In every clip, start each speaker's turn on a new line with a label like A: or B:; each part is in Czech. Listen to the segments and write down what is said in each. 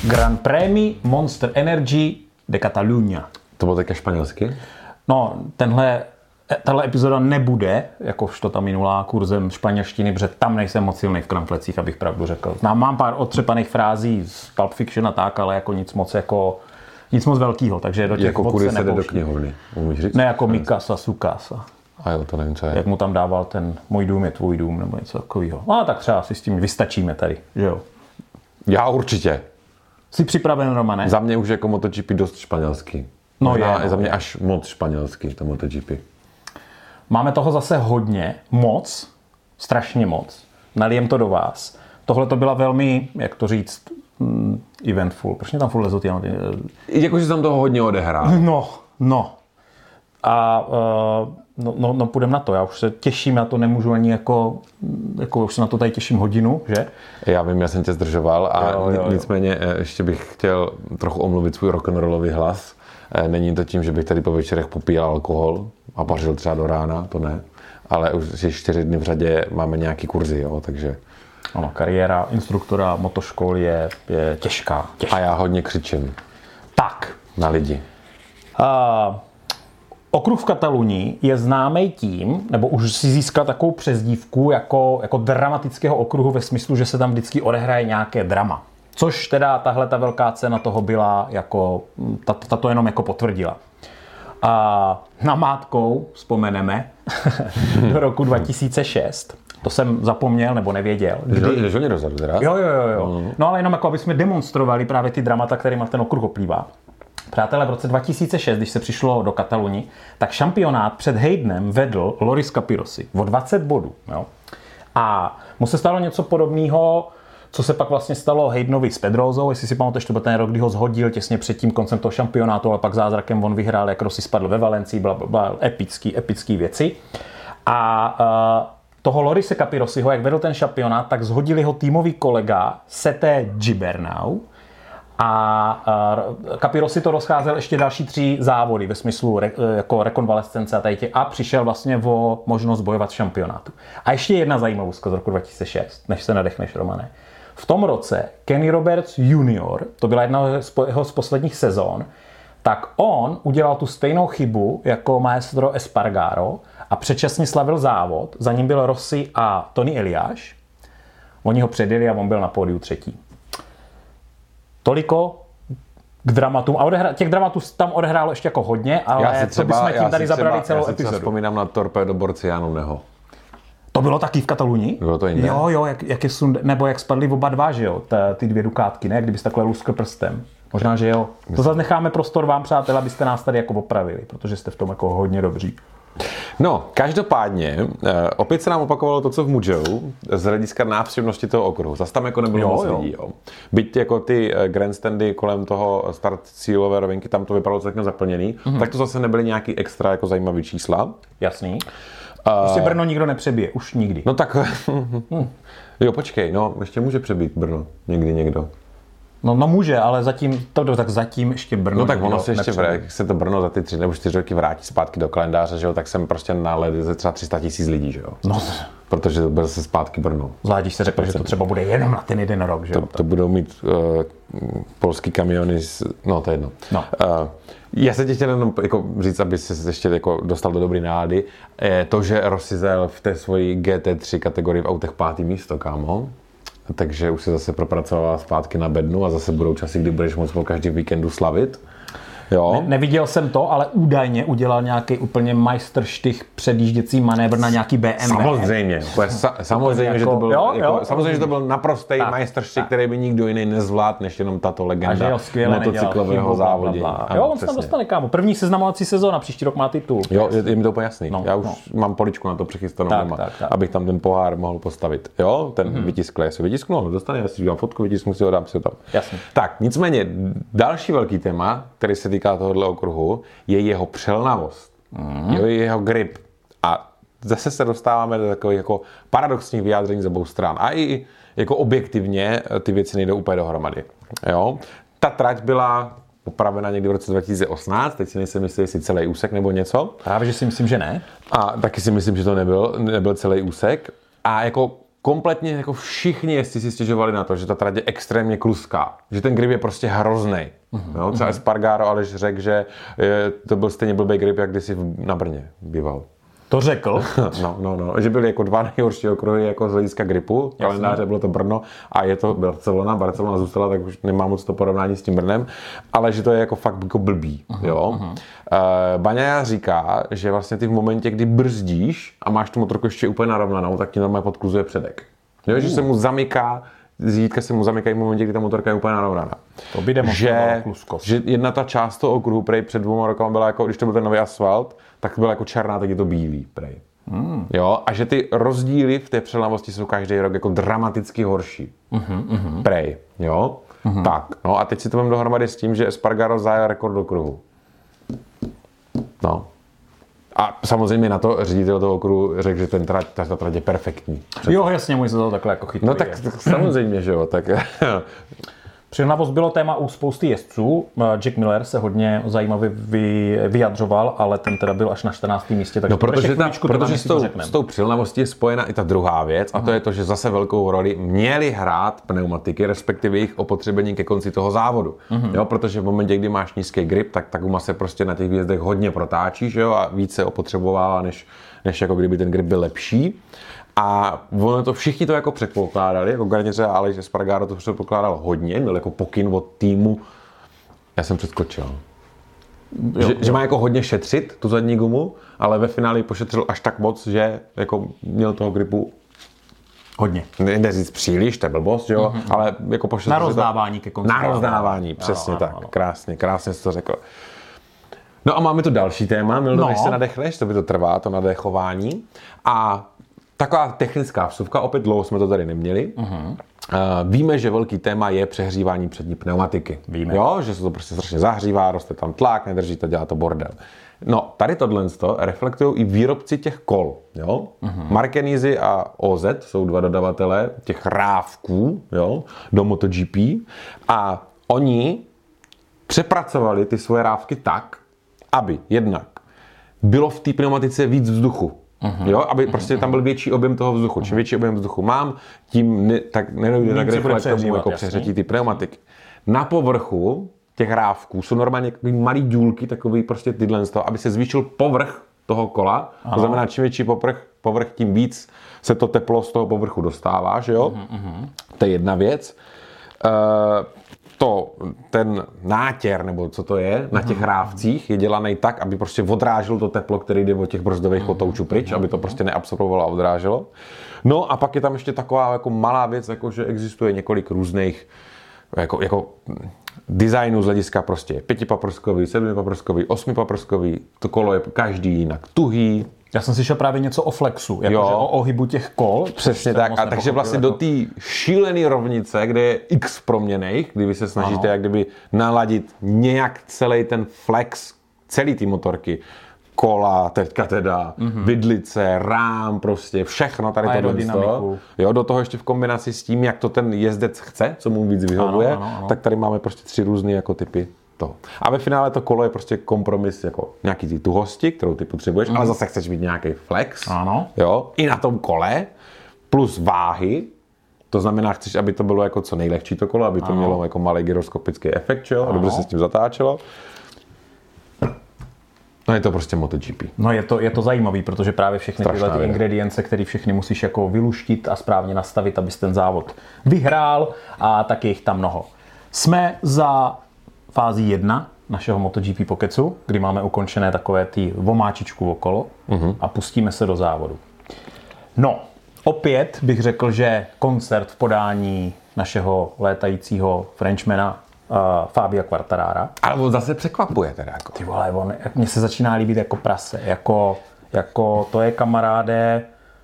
A: Grand Prix Monster Energy de Catalunya.
B: To bylo také španělsky?
A: No, tahle epizoda nebude, jakožto ta minulá, kurzem španělštiny, protože tam nejsem moc silný v kramflecích, abych pravdu řekl. Mám pár otřepaných frází z Pulp Fiction a tak, ale jako nic moc velkýho, takže do těch
B: jako
A: vod se
B: jde do
A: nepouští.
B: knihovny, umíš říct?
A: Ne jako Mikasa, Sukasa.
B: A jo, to nevím, co je.
A: Jak mu tam dával ten můj dům je tvůj dům, nebo něco takového. No tak třeba si s tím vystačíme tady, že jo.
B: Já určitě.
A: Jsi připraven, Romane?
B: Za mě už jako MotoGP dost španělský.
A: No
B: Možná
A: je,
B: za mě až moc španělský, to MotoGP.
A: Máme toho zase hodně, moc, strašně moc. Nalijem to do vás. Tohle to byla velmi, jak to říct, eventful. Proč mě tam furt lezou ty...
B: Jakože tam toho hodně odehrál.
A: No. A no půjdem na to. Já už se těším, já to nemůžu ani jako už se na to tady těším hodinu, že?
B: Já vím, já jsem tě zdržoval a
A: jo.
B: Nicméně ještě bych chtěl trochu omluvit svůj rock'n'rollový hlas. Není to tím, že bych tady po večerech popíjel alkohol a pařil třeba do rána, to ne. Ale už 4 dny v řadě máme nějaký kurzy, jo, takže...
A: Ano, kariéra instruktora motoškol je těžká.
B: A já hodně křičím.
A: Tak.
B: Na lidi.
A: Okruh v Katalunii je známý tím, nebo už si získal takovou přezdívku jako dramatického okruhu ve smyslu, že se tam vždycky odehraje nějaké drama. Což teda tahle ta velká cena toho byla jako, ta to jenom jako potvrdila. A namátkou vzpomeneme do roku 2006. To jsem zapomněl nebo nevěděl.
B: Žilně dozadu teda?
A: Jo. No ale jenom jako, aby jsme demonstrovali právě ty dramata, kterýma ten okruh oplývá. Přátelé, v roce 2006, když se přišlo do Kataluni, tak šampionát před Haydenem vedl Loris Capirossi o 20 bodů. Jo? A mu se stalo něco podobného, co se pak vlastně stalo Haydenovi s Pedrosou, jestli si pamatuješ, to byl ten rok, kdy ho zhodil těsně před tím koncem toho šampionátu, ale pak zázrakem on vyhrál, jak Rossi spadl ve Valencii, blablabla, epický věci. A toho Lorise Capirossiho, jak vedl ten šampionát, tak zhodili ho týmový kolega Sete Gibernau. A Capirossi to rozcházel ještě další 3 závody ve smyslu jako rekonvalescence a přišel vlastně o možnost bojovat v šampionátu. A ještě jedna zajímavost z roku 2006, než se nadechneš, Romane. V tom roce Kenny Roberts Junior, to byla jedna z posledních sezón, tak on udělal tu stejnou chybu jako maestro Espargaro a předčasně slavil závod. Za ním byl Rossi a Tony Eliáš. Oni ho předjeli a on byl na pódiu 3. Toliko k dramatům. A těch dramatů tam odehrálo ještě jako hodně, ale to bychom tím tady zabrali celou epizodu.
B: Já si vzpomínám na torpédoborci Janu Neho.
A: To bylo taky v Katalunii?
B: Bylo to jinde?
A: Jo, nebo jak spadli oba dva, že jo, ty 2 dukátky, ne? Kdybyste takhle luskl prstem. Možná, že jo. To zase necháme prostor vám, přátelé, abyste nás tady jako opravili, protože jste v tom jako hodně dobří.
B: No, každopádně, opět se nám opakovalo to, co v Mugellu, z hlediska návštěvnosti toho okruhu. Zas tam jako nebylo moc lidí, jo. Byť jako ty grandstandy kolem toho start cílové rovinky, tam to vypadalo celkem zaplněný, tak to zase nebyly nějaký extra jako zajímavý čísla.
A: Jasný. Ještě Brno nikdo nepřebije, už nikdy.
B: No tak, jo, počkej, no, ještě může přebít Brno, někdy někdo.
A: No může, ale zatím ještě Brno.
B: No tak ono se ještě jak se to Brno za ty 3 nebo 4 roky vrátí zpátky do kalendáře, že jo, tak jsem prostě nalezl třeba 300 000 lidí, že jo.
A: No.
B: Protože to bude se zpátky Brno.
A: Zvlášť, když se řekl, že to třeba bude jenom na ten jeden rok, že jo.
B: To budou mít polský kamiony, no to je jedno.
A: No.
B: Já se tě chtěl jenom jako říct, aby se ještě jako dostal do dobrý nálady, to, že Rossi zel v té svojí GT3 kategorii v autech 5. místo, kámo. Takže už se zase propracovala zpátky na bednu a zase budou časy, kdy budeš moct po každý víkendu slavit. Jo.
A: Neviděl jsem to, ale údajně udělal nějaký úplně majstrštych předjížděcí manévr na nějaký BMW.
B: Samozřejmě. Samozřejmě, že to byl, samozřejmě, že to byl naprostý majstrštych, který by nikdo jiný nezvládl, než jenom tato legenda motocyklového závodění.
A: Jo, on se tam dostane, kámo. První seznamovací sezóna, příští rok má titul.
B: Jo, je mi to úplně jasný. Já už mám poličku na to přichystanou doma, abych tam ten pohár mohl postavit. Jo, ten vytisklý. Si vytisknu, dostane, já si dělám fotku, vytisknu si ho, dám si ho tam.
A: Jasný.
B: Tak, nicméně další velký téma, který se týká tohohle okruhu, je jeho přelnavost, jeho grip. A zase se dostáváme do takových jako paradoxních vyjádření z obou stran. A i jako objektivně ty věci nejdou úplně dohromady. Jo? Ta trať byla opravena někdy v roce 2018, teď si nejsem jistý, jestli celý úsek nebo něco.
A: Právě, že si myslím, že ne.
B: A taky si myslím, že to nebyl celý úsek. A jako kompletně jako všichni jezdci si stěžovali na to, že ta trať je extrémně kluská, že ten grip je prostě hroznej. Jo, třeba Espargaro Aleš řekl, že to byl stejně blbý grip, jak kdysi na Brně býval.
A: To řekl?
B: No, že byly jako dva nejhorší okruhy jako z hlediska gripu, kalendáře bylo to Brno a je to Barcelona zůstala, tak už nemám moc to porovnání s tím Brnem, ale že to je jako fakt jako blbý, jo. Baňaja říká, že vlastně ty v momentě, kdy brzdíš a máš tu motorku ještě úplně narovnanou, tak ti normálně podkluzuje předek. Jo, že se mu zamyká, zítka se mu zamykají v momentě, kdy ta motorka je úplně narovnaná.
A: To by demonstrovalo kluskost.
B: Že jedna ta část toho okruhu prej před 2 rokama byla jako, když to byl ten nový asfalt, tak byla jako černá, teď je to bílý prej. Jo, a že ty rozdíly v té přelnavosti jsou každý rok jako dramaticky horší. Prej, jo. Tak, no a teď si to vem dohromady s tím, že Espargaro zajel rekord okruhu. No. A samozřejmě na to ředitel toho okruhu řekl, že ta trať je perfektní.
A: Jo, jasně, můj se to takhle jako chytrý.
B: No tak samozřejmě, že jo. Tak.
A: Přilnavost bylo téma u spousty jezdců. Jack Miller se hodně zajímavě vyjadřoval, ale ten teda byl až na 14. místě. Takže
B: no, protože s tou přilnavostí je spojena i ta druhá věc, a to je to, že zase velkou roli měly hrát pneumatiky, respektive jejich opotřebení ke konci toho závodu. Jo, protože v momentě, kdy máš nízký grip, tak ta guma se prostě na těch výjezdech hodně protáčí, že jo, a více opotřebovává, než jako kdyby ten grip byl lepší. A ono to všichni to jako předpokládali, jako Garniře, ale že Espargaro to předpokládal hodně, měl jako pokyn od týmu. Já jsem přeskočil. Že má jako hodně šetřit tu zadní gumu, ale ve finále pošetřil až tak moc, že jako měl toho gripu
A: hodně.
B: Nejde říct příliš, to je blbost, jo, ale jako pošetřil.
A: Na rozdávání ke konci.
B: Na rozdávání, přesně tak. Krásně jsi to řekl. No a máme tu další téma, Mildo, než se nadechneš, to by to trvá, to nadechování. A taková technická vsuvka, opět dlouho jsme to tady neměli. Víme, že velký téma je přehřívání přední pneumatiky.
A: Víme.
B: Jo, že se to prostě strašně zahřívá, roste tam tlak, nedrží to, dělá to bordel. No, tady tohle reflektují i výrobci těch kol. Jo? Markenisi a OZ jsou dva dodavatelé těch rávků, jo, do MotoGP a oni přepracovali ty svoje rávky tak, aby jednak bylo v té pneumatice víc vzduchu. Jo, aby prostě tam byl větší objem toho vzduchu. Čím větší objem vzduchu mám, tím tak nedojde tak rychle k tomu jako přehřetí ty pneumatiky. Na povrchu těch rávků jsou normálně malý důlky, takový prostě tyhle z toho, aby se zvýšil povrch toho kola. To znamená, čím větší povrch, tím víc se to teplo z toho povrchu dostává, že jo? To je jedna věc. Ten nátěr, nebo co to je, na těch rávcích je dělaný tak, aby prostě odrážel to teplo, který jde od těch brzdových kotoučů pryč, aby to prostě neabsorbovalo a odráželo. No a pak je tam ještě taková jako malá věc, jako že existuje několik různých jako designů z hlediska prostě 5paprskový, 7paprskový, 8paprskový, to kolo je každý jinak tuhý.
A: Já jsem slyšel právě něco o flexu, jakože o ohybu těch kol.
B: Přesně tak. A takže vlastně do té šílené rovnice, kde je x proměnných, kdy vy se snažíte jak kdyby naladit nějak celý ten flex, celý ty motorky, kola, teďka teda, vidlice, rám, prostě všechno tady tohle. Jo, do toho ještě v kombinaci s tím, jak to ten jezdec chce, co mu víc vyhovuje, tak tady máme prostě 3 různé jako typy toho. A ve finále to kolo je prostě kompromis jako nějaký ty tuhosti, kterou ty potřebuješ, ale zase chceš mít nějaký flex. Jo, i na tom kole, plus váhy. To znamená, chceš, aby to bylo jako co nejlehčí to kolo, aby to mělo jako malý gyroskopický efekt, jo, a dobře se s tím zatáčelo. No je to prostě MotoGP.
A: No je to zajímavý, protože právě všechny tyhle ty ingredience, které všechny musíš jako vyluštit a správně nastavit, abys ten závod vyhrál, a tak je jich tam mnoho. Jsme za fází 1 našeho MotoGP Pokecu, kdy máme ukončené takové ty vomáčičku okolo a pustíme se do závodu. No, opět bych řekl, že koncert v podání našeho létajícího Frenchmana Fabia Quartarara.
B: Ale on zase překvapuje teda. Jako.
A: Ty vole, mně se začíná líbit jako prase. Jako to je, kamaráde,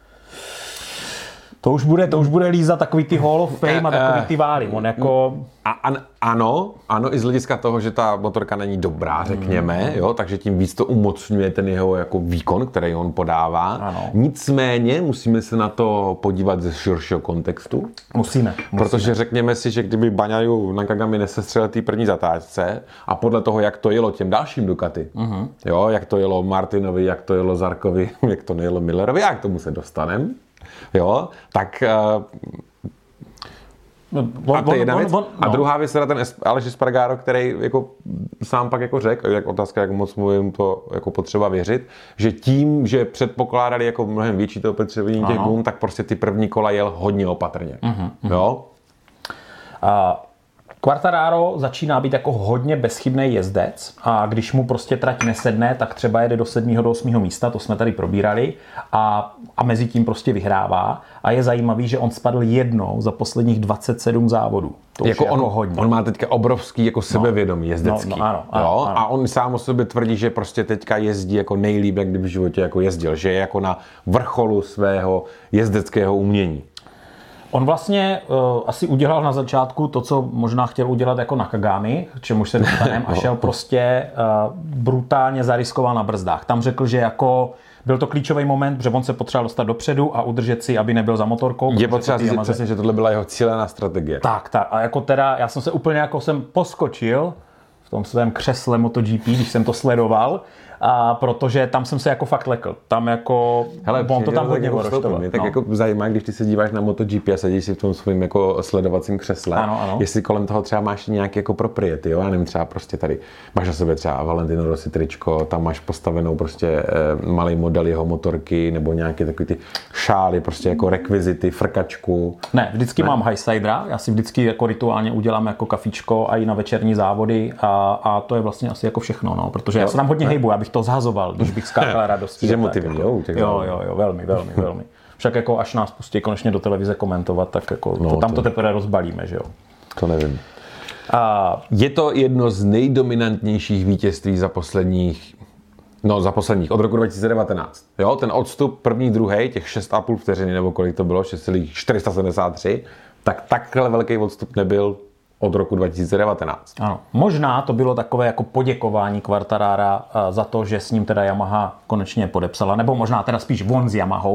A: to už bude lízat takový ty Hall of Fame a takový ty vály. On jako...
B: Ano, i z hlediska toho, že ta motorka není dobrá, řekněme, jo, takže tím víc to umocňuje ten jeho jako výkon, který on podává.
A: Ano.
B: Nicméně musíme se na to podívat ze širšího kontextu.
A: Musíme.
B: Protože řekněme si, že kdyby Baňaju Nakagami nesestřelil té první zatáčce a podle toho, jak to jelo těm dalším Ducati, jo, jak to jelo Martinovi, jak to jelo Zarkovi, jak to nejelo Millerovi, jak k tomu se dostaneme, Jo, tak a to je jedna věc. A druhá věc, teda ten Aleš Espargaro, který jako sám pak jako řekl, jak otázka, jak moc mu jim to jako potřeba věřit, že tím, že předpokládali jako mnohem větší to opatření těch gum, tak prostě ty první kola jel hodně opatrně. Jo?
A: Quartararo začíná být jako hodně bezchybný jezdec a když mu prostě trať nesedne, tak třeba jede do 7. do 8. místa, to jsme tady probírali a mezi tím prostě vyhrává a je zajímavý, že on spadl jednou za posledních 27 závodů. To
B: jako
A: je jako hodně.
B: On má teďka obrovský jako sebevědomí jezdecký.
A: Ano.
B: A on sám o sobě tvrdí, že prostě teďka jezdí jako nejlíp, jak kdyby v životě jako jezdil, že je jako na vrcholu svého jezdeckého umění.
A: On vlastně asi udělal na začátku to, co možná chtěl udělat jako Nakagami, čemuž se dostaneme, a šel prostě brutálně zariskoval na brzdách. Tam řekl, že jako byl to klíčový moment, protože on se potřeboval dostat dopředu a udržet si, aby nebyl za motorkou.
B: Je potřeba říct přesně, že tohle byla jeho cílená strategie.
A: Tak. A jako teda, já jsem se úplně jako jsem poskočil v tom svém křesle MotoGP, když jsem to sledoval, a protože tam jsem se jako fakt lekl. Tam jako,
B: hele,
A: on to tam hodně
B: oroštoval. Mě tak jako zajímá, když ty se díváš na MotoGP a sedíš si v tom svým jako sledovacím křesle,
A: ano.
B: Jestli kolem toho třeba máš nějaký jako propriety, jo? Já nevím, třeba prostě tady máš na sebe třeba Valentino Rossi tričko, tam máš postavenou prostě malý model jeho motorky, nebo nějaké takový ty šály, prostě jako rekvizity, frkačku.
A: Ne, vždycky mám highsidera, já si vždycky jako rituálně udělám jako kafičko a i na večerní závody a to je vlastně asi jako všechno, no, protože já se tam hodně hejbu, abych to zhazoval, když bych skákal radostí.
B: Že motivní,
A: jako, jo, velmi. Však jako až nás pustí konečně do televize komentovat, tak jako tam to teprve rozbalíme, že jo.
B: To nevím. Je to jedno z nejdominantnějších vítězství za posledních od roku 2019. Jo, ten odstup první, druhý, těch 6,5 vteřiny, nebo kolik to bylo, 6,473, tak takhle velký odstup nebyl od roku 2019.
A: Ano. Možná to bylo takové jako poděkování Quartarara za to, že s ním teda Yamaha konečně podepsala, nebo možná teda spíš on s Yamahou.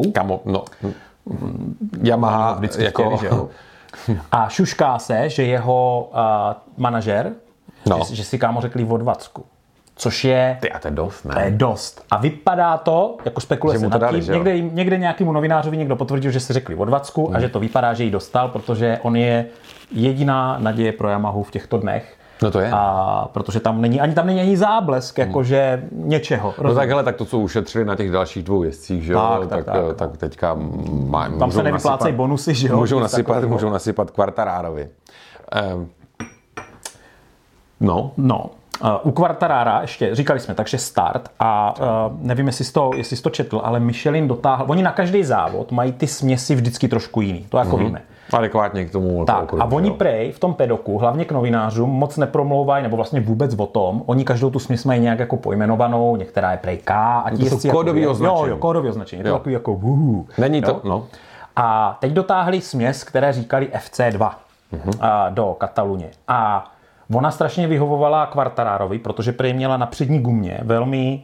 B: Yamaha
A: vždycky
B: jako...
A: chtěli, že jo. A šušká se, že jeho manažer, že si kámo řekli o 20. Což je...
B: To je dost, ne?
A: To je dost. A vypadá to, jako spekuluje se nad tím, někde nějakému novinářovi někdo potvrdil, že si řekli o 20 a že to vypadá, že ji dostal, protože on je jediná naděje pro Yamahu v těchto dnech.
B: No to je.
A: A protože tam není ani záblesk, jakože něčeho.
B: No tak hele, tak to, co ušetřili na těch dalších 2 jezdcích, že jo, tak teďka
A: tam se nevyplácejí bonusy, že jo.
B: Můžou nasypat Quartararovi.
A: U Quartarara ještě, říkali jsme, takže start a nevím, jestli jsi to četl, ale Michelin dotáhl, oni na každý závod mají ty směsi vždycky trošku jiný, to jako víme.
B: Adekvátně k tomu.
A: Tak a oni prej v tom pedoku, hlavně k novinářům, moc nepromlouvají, nebo vlastně vůbec o tom, oni každou tu směs mají nějak jako pojmenovanou, některá je prej K a
B: to jsou kódový označení.
A: Jo, kódový označení, to je takový jako
B: Není to, no.
A: A teď dotáhli směs, které říkali FC2 do Kataluně. A ona strašně vyhovovala Quartararovi, protože prý měla na přední gumě velmi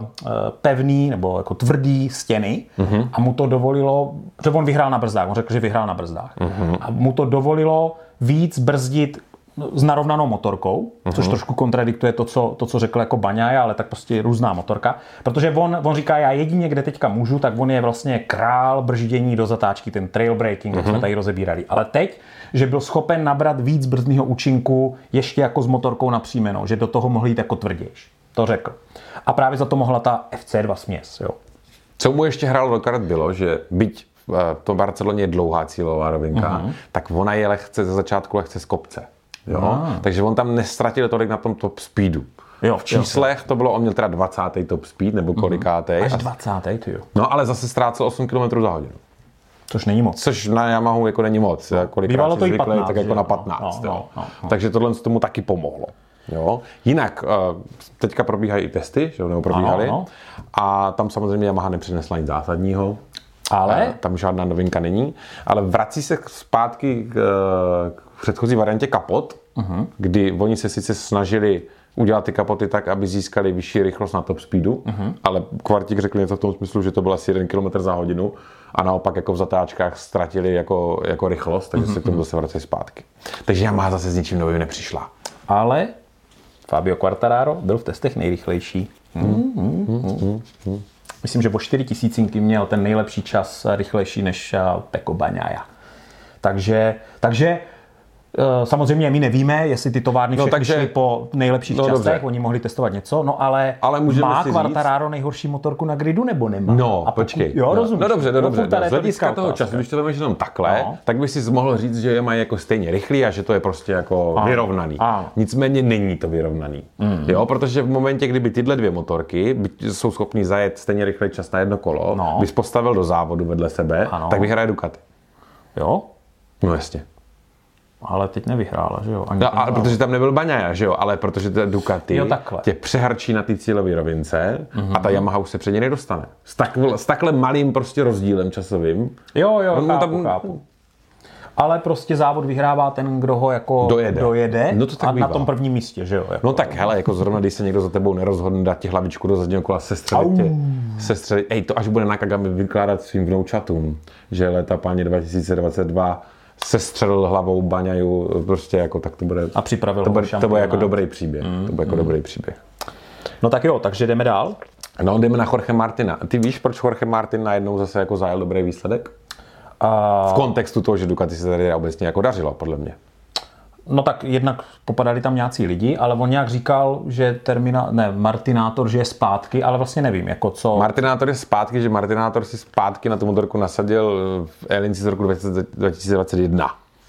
A: pevný nebo jako tvrdý stěny a mu to dovolilo, že on vyhrál na brzdách, on řekl, že vyhrál na brzdách. A mu to dovolilo víc brzdit s narovnanou motorkou, což trošku kontradiktuje to, co řekl jako Bagnaia, ale tak prostě různá motorka. Protože on říká, já jedině, kde teďka můžu, tak on je vlastně král brždění do zatáčky, ten trailbraking, jak jsme tady rozebírali. Ale teď, že byl schopen nabrat víc brzdního účinku ještě jako s motorkou napřímenou, že do toho mohl jít jako tvrdější. To řekl. A právě za to mohla ta FC2 směs. Jo.
B: Co mu ještě hrálo do karet bylo, že byť to Barceloně je dlouhá cílová rovinka, tak ona je lehce ze začátku lehce z kopce. Jo? Takže on tam nestratil tolik na tom top speedu.
A: Jo,
B: v číslech to bylo, on měl teda 20. top speed, nebo kolikátej.
A: Až 20. jo.
B: No ale zase ztrácel 8 km za hodinu.
A: Což není moc.
B: Což na Yamahu jako není moc.
A: Bývalo to i 15.
B: Tak jako na 15. No. Takže tohle tomu taky pomohlo. Jo? Jinak, teďka probíhají i testy, že nebo probíhaly. A tam samozřejmě Yamaha nepřinesla nic zásadního.
A: Ale?
B: Tam žádná novinka není. Ale vrací se zpátky k předchozí variantě kapot, kdy oni se sice snažili udělat ty kapoty tak, aby získali vyšší rychlost na top speedu, ale Quartík řekl něco v tom smyslu, že to bylo asi 1 km za hodinu a naopak jako v zatáčkách ztratili jako rychlost, takže se k tomu zase vrací zpátky. Takže Yamaha zase s ničím novým nepřišla.
A: Ale Fabio Quartararo byl v testech nejrychlejší. myslím, že o 4 tisícinky měl ten nejlepší čas, rychlejší než Pecco Bagnaia. Takže samozřejmě my nevíme, jestli ty továrny všechny šly po nejlepších časech, dobře. Oni mohli testovat něco, ale má Quartararo nejhorší motorku na gridu nebo nemá?
B: Počkej.
A: Rozumíš?
B: Dobře. Z hlediska toho času, když to vemeš jenom takhle, tak by si mohl říct, že je mají jako stejně rychlý a že to je prostě jako vyrovnaný. Nicméně není to vyrovnaný. Jo, protože v momentě, kdyby tyhle dvě motorky jsou schopní zajet stejně rychlý čas na jedno kolo, bys postavil do závodu vedle sebe, tak vyhraje Ducati.
A: Jo?
B: No jasně.
A: Ale teď nevyhrála, že jo?
B: Ale protože tam nebyl Bagnaia, že jo? Ale protože ta Ducati tě přehrčí na ty cílové rovince a ta Yamaha už se před ně nedostane. S takhle malým prostě rozdílem časovým.
A: Jo, chápu. Ale prostě závod vyhrává ten, kdo ho jako dojede
B: no to tak
A: na tom prvním místě, že jo?
B: Jako. No tak hele, jako zrovna, když se někdo za tebou nerozhodne dát ti hlavičku do zadního kola, sestřelit, to až bude Nakagami vykládat svým vnoučatům, že leta páně 2022 sestřelil hlavou Baňaju, prostě jako tak to bude.
A: A připravil
B: to bude jako dobrý příběh. To bude jako dobrý příběh.
A: No tak jo, takže jdeme dál.
B: No, jdeme na Jorge Martina. Ty víš, proč Jorge Martin najednou zase jako zajel dobrý výsledek? V kontextu toho, že Ducati se tady obecně jako dařilo, podle mě.
A: No tak jednak popadali tam nějací lidi, ale on nějak říkal, že Martinátor, že je zpátky, ale vlastně nevím, jako co...
B: Martinátor je zpátky, že Martinátor si zpátky na tu motorku nasadil v Elinci z roku 2021.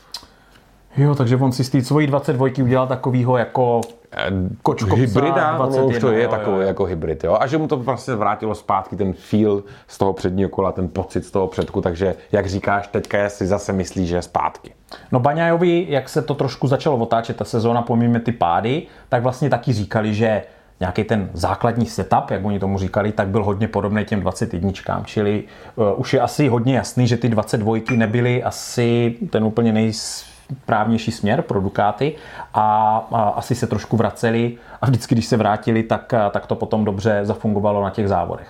A: Jo, takže on si z té svojí 22 udělal takovýho jako kočkopsa
B: hybrida, 21, už to je takový jako hybrid, jo. A že mu to vlastně vrátilo zpátky ten feel z toho předního kola, ten pocit z toho předku, takže jak říkáš, teďka si zase myslí, že je zpátky.
A: No Bagnaiovi, jak se to trošku začalo otáčet ta sezóna, pomíme ty pády, tak vlastně taky říkali, že nějaký ten základní setup, jak oni tomu říkali, tak byl hodně podobný těm 21, čili už je asi hodně jasný, že ty 22 nebyly asi ten úplně nejsprávnější směr pro Ducati a asi se trošku vraceli a vždycky, když se vrátili, tak to potom dobře zafungovalo na těch závodech.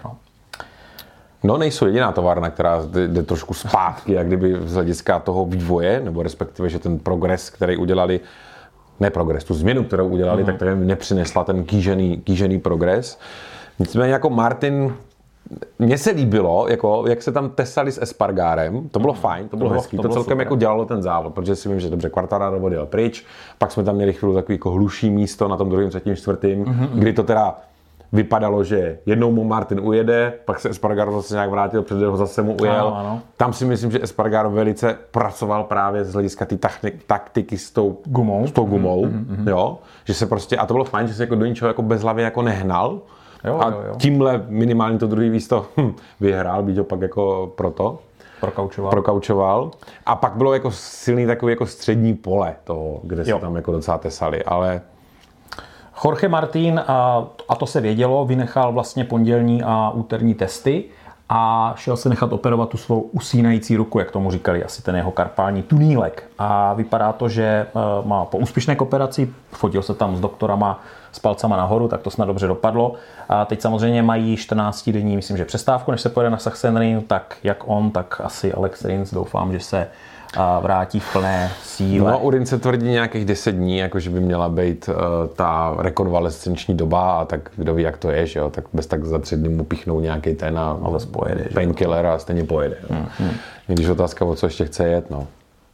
B: No, nejsou jediná továrna, která jde trošku zpátky, jak kdyby z hlediska toho vývoje, nebo respektive, že ten progres, který udělali, tu změnu, kterou udělali, tak nepřinesla ten kýžený progres. Nicméně jako Martin, mně se líbilo, jako, jak se tam tesali s Espargarem, to bylo fajn, to bylo hezký, to celkem super. Jako dělalo ten závod, protože si vím, že dobře Quartararo odjel pryč, pak jsme tam měli chvíli takový jako hluší místo na tom druhém, třetím, čtvrtým, kdy to teda vypadalo, že jednou mu Martin ujede, pak se Espargaro zase nějak vrátil, před ho zase mu ujel. Ano. Tam si myslím, že Espargaro velice pracoval právě z hlediska té taktiky s tou gumou. Jo? Že se prostě, a to bylo fajn, že se jako do ničeho jako bezhlavě jako nehnal. Jo. Tímhle minimálně to druhý místo vyhrál, byť ho pak jako prokaučoval. A pak bylo jako silný takový jako střední pole toho, kde se tam jako docela tesali, ale
A: Jorge Martin, a to se vědělo, vynechal vlastně pondělní a úterní testy a šel se nechat operovat tu svou usínající ruku, jak tomu říkali, asi ten jeho karpální tunílek. A vypadá to, že má po úspěšné operaci, fotil se tam s doktorama s palcama nahoru, tak to snad dobře dopadlo. A teď samozřejmě mají 14 denní, myslím, že přestávku, než se pojede na Sachsenring, tak jak on, tak asi Alex Rins, doufám, že se vrátí v plné síle.
B: No, u Rince tvrdí nějakých 10 dní, jakože by měla být ta rekonvalescenční doba a tak kdo ví, jak to je, že jo, tak bez tak za 3 dny mu pichnou nějaký ten a painkiller a stejně pojede. Když otázka, o co ještě chce jet, no.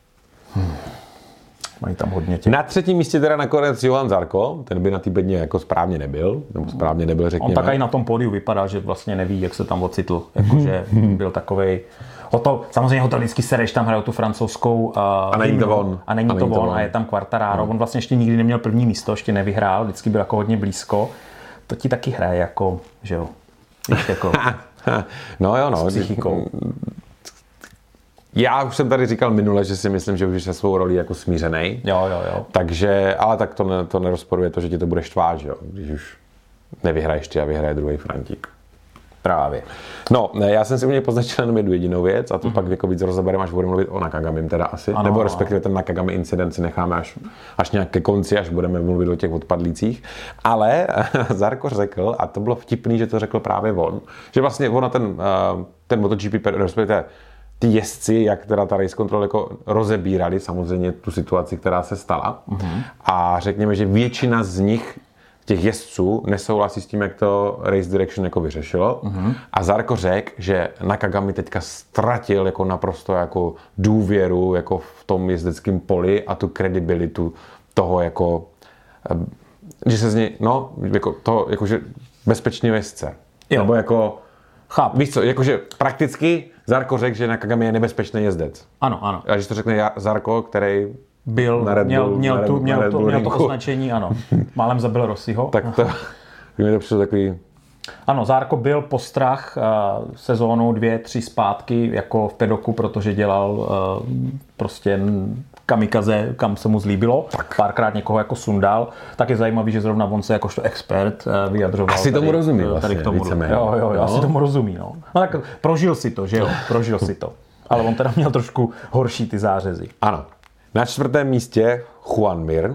A: Mají tam hodně těch.
B: Na třetím místě teda nakonec Johan Zarco, ten by na té bedně jako správně nebyl, řekněme.
A: On tak i na tom pódiu vypadal, že vlastně neví, jak se tam ocitl, jakože byl takovej. Samozřejmě ho to vždycky sereš, tam hrajou tu francouzskou
B: a není to on.
A: A není to on a je tam Quartararo. On vlastně ještě nikdy neměl první místo, ještě nevyhrál, vždycky byl jako hodně blízko. To ti taky hraje jako, že jo, víš, jako
B: no jo, no.
A: S psychikou.
B: Já už jsem tady říkal minule, že si myslím, že už je se svou rolí jako smířenej.
A: Jo.
B: Takže, ale tak to nerozporuje to, že ti to bude štvát, že jo, když už nevyhraješ ty a vyhraje druhý Frantík.
A: Právě.
B: No, já jsem si u něj poznačil jenom jednu jedinou věc a to pak jako víc rozebereme, až budeme mluvit o Nakagamim teda asi. Ano, nebo respektive ten Nakagami incident si necháme až nějak ke konci, až budeme mluvit o těch odpadlících. Ale Zarco řekl, a to bylo vtipný, že to řekl právě on, že vlastně ono ten MotoGP, respektive ty jezdci, jak teda ta race control jako rozebírali samozřejmě tu situaci, která se stala. A řekněme, že většina z nich těch jezdců nesouhlasí s tím, jak to Race Direction jako vyřešilo. A Zarco řekl, že Nakagami teďka ztratil jako naprosto jako důvěru jako v tom jezdeckém poli a tu kredibilitu toho jako, že se z něj, no, jako to, jakože bezpečný jezdce. Nebo jako,
A: chápu.
B: Víš co, jakože prakticky Zarco řekl, že Nakagami je nebezpečný jezdec.
A: Ano.
B: A když to řekne Zarco, který
A: měl to označení, ano. Málem zabil Rossiho.
B: Tak to mi to přišlo takový...
A: Ano, Zarco byl postrach sezónu 2-3 zpátky jako v pedoku, protože dělal prostě kamikaze, kam se mu zlíbilo. Párkrát někoho jako sundal. Tak je zajímavý, že zrovna on se jakožto expert vyjadřoval.
B: Asi tomu rozumí vlastně,
A: k tomu.
B: Víceméně.
A: Jo, asi tomu rozumí. No tak prožil si to, že jo? Prožil si to. Ale on teda měl trošku horší ty zářezy.
B: Ano. Na 4. místě Juan Mir.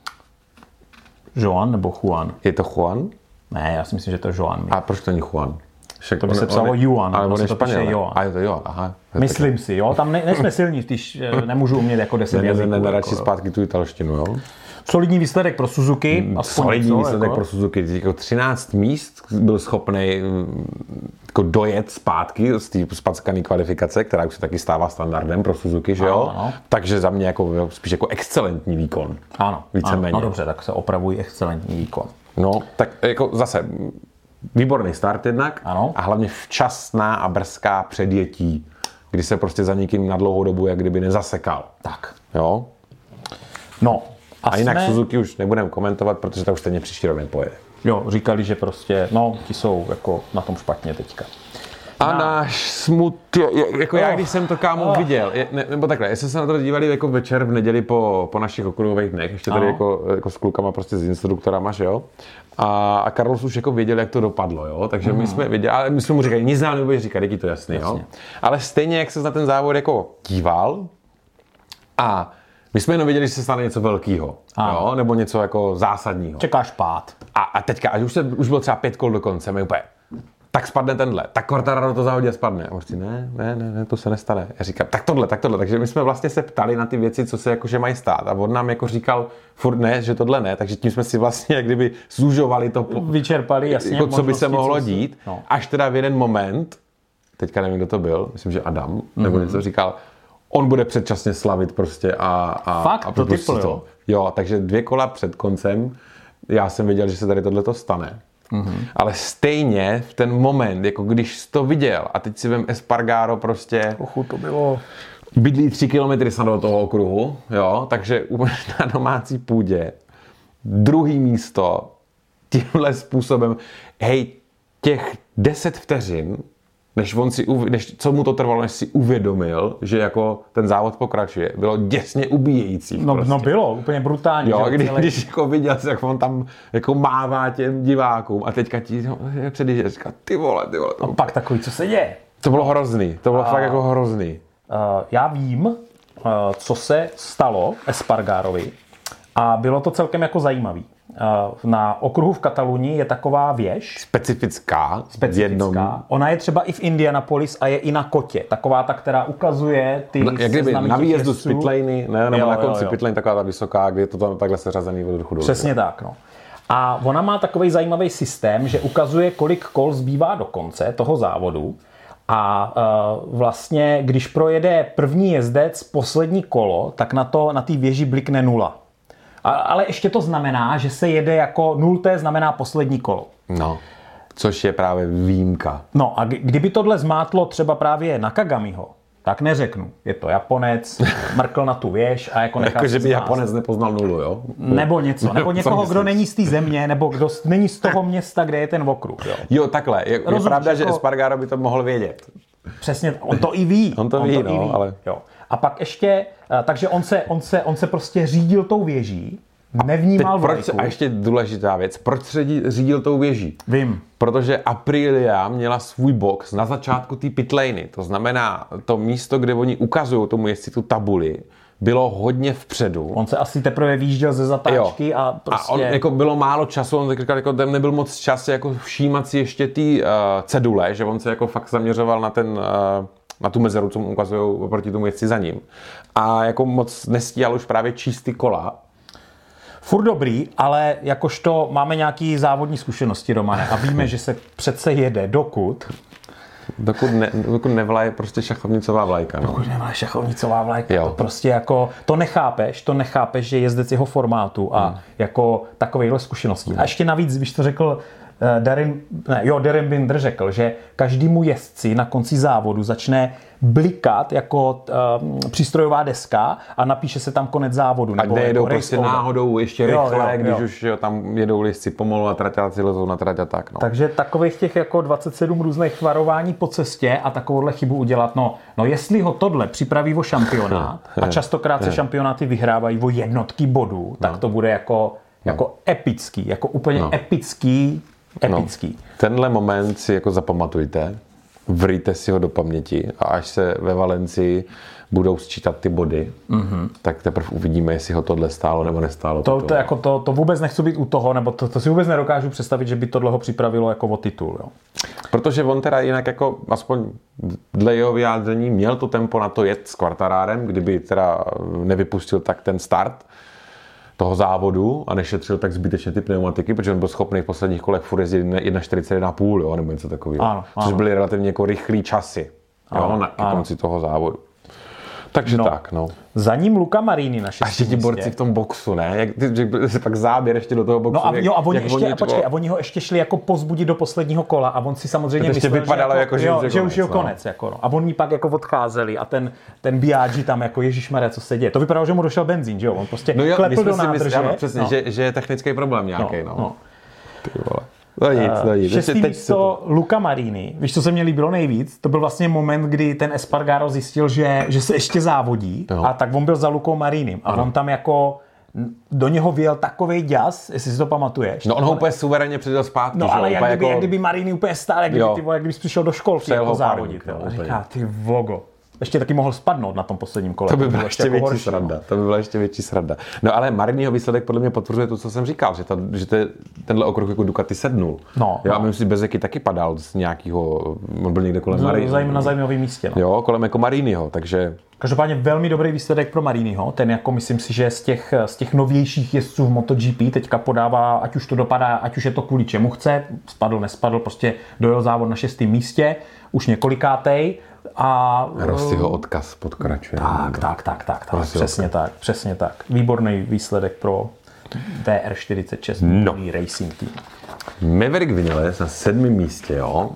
A: Joan nebo Juan?
B: Je to Juan?
A: Ne, já si myslím, že to je Joan Mir.
B: A proč to není Juan?
A: Však to by se psalo Juan.
B: Ale on je
A: to píše
B: Španěl. A je to Joan, aha.
A: Myslím si, jo. Tam nejsme silní, když nemůžu umět jako 10 jazyků.
B: Neradši zpátky tu italštinu, jo.
A: Solidní výsledek pro Suzuki.
B: Solidní výsledek pro Suzuki. Jako 13 míst byl schopný jako dojet zpátky z té spackané kvalifikace, která už se taky stává standardem pro Suzuki, že jo? Ano. Takže za mě jako, spíš jako excelentní výkon.
A: Ano.
B: Víceméně.
A: No dobře, tak se opravují excelentní výkon.
B: No, tak jako zase výborný start jednak.
A: Ano.
B: A hlavně včasná a brzká předjetí, kdy se prostě za nikým na dlouhou dobu jak kdyby nezasekal.
A: Tak.
B: Jo?
A: No.
B: A jinak Suzuki už nebudeme komentovat, protože to už stejně příští rok nepojede.
A: Jo, říkali, že prostě, ti jsou jako na tom špatně teďka.
B: A náš smut, jako já, když jsem to kámo viděl, nebo takhle, jestli se na to dívali jako večer v neděli po našich okruhových dnech, ještě tady jako s klukama prostě s instruktorama, že jo? A Carlos už jako věděl, jak to dopadlo, jo? Takže my jsme věděli, ale my jsme mu říkali, nic nám nebudeš říkat, jak je to jasný, jo? Ale stejně, jak se na ten závod jako díval a my jsme jenom věděli, že se stane něco velkého, jo? Nebo něco jako zásadního.
A: Čekáš pád.
B: A teďka, až už bylo třeba 5 kol do konce, my úplně, tak spadne tenhle, tak Quartararo to závodě spadne. A prostě ne, to se nestane. Já říkám, tak tohle. Takže my jsme vlastně se ptali na ty věci, co se jakože mají stát. A on nám jako říkal, furt ne, že tohle ne, takže tím jsme si vlastně jak kdyby zužovali to.
A: Vyčerpali, jasně.
B: Jako, co by se mohlo dít, až teda v jeden moment, teďka nevím, kdo to byl, myslím, že Adam, nebo něco říkal, on bude předčasně slavit prostě
A: Fakt,
B: a
A: to typl, jo?
B: Jo, takže 2 kola před koncem, já jsem věděl, že se tady tohleto stane. Ale stejně v ten moment, jako když jsi to viděl a teď si vem Espargaro prostě
A: to bylo...
B: bydlí 3 kilometry snad do toho okruhu, jo, takže na domácí půdě 2. místo tímhle způsobem, hej, těch 10 vteřin, co mu to trvalo, než si uvědomil, že jako ten závod pokračuje, bylo děsně ubíjející.
A: No bylo, úplně brutální.
B: Jo, když jako viděl, jak on tam jako mává těm divákům a teďka ti předjíždě, říká, ty vole.
A: A pak takový, co se děje?
B: To bylo hrozný, to bylo fakt jako hrozný.
A: Já vím, co se stalo Espargarovi a bylo to celkem jako zajímavý. Na okruhu v Katalunii je taková věž.
B: Specifická.
A: Ona je třeba i v Indianapolis a je i na kotě. Taková ta, která ukazuje ty
B: jak kdyby na výjezdu z pitlane, nebo na konci
A: jo.
B: pitlane, taková ta vysoká, kde je to tam takhle seřazený od vrchu dolů.
A: Přesně tak, no. A ona má takový zajímavý systém, že ukazuje, kolik kol zbývá do konce toho závodu. A vlastně, když projede první jezdec poslední kolo, tak na té věži blikne 0. Ale ještě to znamená, že se jede jako 0. znamená poslední kolo.
B: No, což je právě výjimka.
A: No a kdyby tohle zmátlo třeba právě Nakagamiho, tak neřeknu. Je to Japonec, mrkl na tu věž a jako nechal
B: jako, že by Japonec nepoznal 0, jo?
A: Nebo něco. Nebo někoho, kdo není z té země, nebo kdo není z toho města, kde je ten okruh.
B: Jo, takhle. Je pravda, že Espargaro by to mohl vědět.
A: Přesně, on to i ví.
B: On to ví. Ale...
A: Jo. A pak ještě, takže on se prostě řídil tou věží, nevnímal vlajku.
B: A ještě důležitá věc, proč se řídil tou věží?
A: Vím.
B: Protože Aprilia měla svůj box na začátku té pitlane. To znamená, to místo, kde oni ukazují tomu jezdci tu tabuli, bylo hodně vpředu.
A: On se asi teprve výjížděl ze zatáčky a prostě...
B: A on jako bylo málo času, on říkal, jako tam nebyl moc čas jako všímat si ještě ty cedule, že on se jako fakt zaměřoval na ten... na tu mezeru, co mu ukazují oproti tomu jezdci za ním. A jako moc nestíhal už právě číst ty kola.
A: Furt dobrý, ale jakožto máme nějaký závodní zkušenosti, Romane, a víme, že se přece jede, dokud
B: nevlaje prostě šachovnicová vlajka. No.
A: Dokud nevlaje šachovnicová vlajka. To prostě jako, to nechápeš, že jezdec jeho formátu a jako takovejhle zkušeností. A ještě navíc, víš, to řekl Darren Binder řekl, že každému jezdci na konci závodu začne blikat jako přístrojová deska a napíše se tam konec závodu.
B: Ať nejedou jako prostě náhodou ještě rychle, když už tam jedou jezdci pomalu a traťáci lezou na trať a tak. No.
A: Takže takových těch jako 27 různých varování po cestě a takovouhle chybu udělat. No jestli ho tohle připraví o šampionát a častokrát se šampionáty vyhrávají o jednotky bodů, tak to bude jako epický, jako úplně epický.
B: Tenhle moment si jako zapamatujte, vryjte si ho do paměti a až se ve Valencii budou sčítat ty body, tak teprve uvidíme, jestli ho tohle stálo nebo nestálo.
A: To vůbec nechci být u toho, nebo to si vůbec nedokážu představit, že by tohle ho připravilo jako o titul. Jo.
B: Protože on teda jinak jako, aspoň dle jeho vyjádření, měl to tempo na to jet s Quartararem, kdyby teda nevypustil tak ten start toho závodu a nešetřil tak zbytečně ty pneumatiky, protože on byl schopný v posledních kolech furt jezdit 1.41,5, jo, nebo něco takového. Což byly relativně jako rychlý časy na konci toho závodu. Takže tak, no.
A: Za ním Luca Marini na 6.
B: A ještě ti borci v tom boxu, ne? Jak ty pak záběr ještě do toho boxu.
A: No a oni ho ještě šli jako pozbudit do posledního kola a on si samozřejmě myslel,
B: vypadalo
A: že už je konec. Jako, no. A oni pak jako odcházeli a ten Biaggi tam jako ježišmarja, co se děje. To vypadalo, že mu došel benzín, že jo? On prostě klepl do nádrže.
B: Přesně, že je technický problém nějaký, no. Ty vole. No nic.
A: 6. místo Luca Marini. Víš, co se mně líbilo nejvíc? To byl vlastně moment, kdy ten Espargaro zjistil, že se ještě závodí a tak on byl za Lucou Marinim. A on tam jako do něho vyjel takovej děs, jestli si to pamatuješ.
B: No on ho úplně suverénně předjel zpátky.
A: No ale jak kdyby Marini úplně stál, jak kdyby přišel do školky jako závodit. A říká, ty vogo. Ještě taky mohl spadnout na tom posledním kole.
B: To by byla ještě větší sranda. To by byla ještě větší sranda. No ale Mariniho výsledek podle mě potvrzuje to, co jsem říkal, že tenhle okruh jako Ducati sednul. Já myslím, že Bezzecchi taky padal z nějakého, on byl někde kolem Mariniho.
A: Na zajímavém místě. No.
B: Jo, kolem jako Mariniho, takže...
A: Každopádně velmi dobrý výsledek pro Mariniho. Ten jako myslím si, že z těch novějších jezdců v MotoGP teďka podává, ať už to dopadá, ať už je to kvůli čemu chce, spadl, nespadl, prostě dojel závod na 6. místě, už několikátej. A
B: Rossiho odkaz pokračuje.
A: Tak. Přesně tak. Výborný výsledek pro VR46 Racing Team.
B: Maverick Viñales na 7. místě, jo.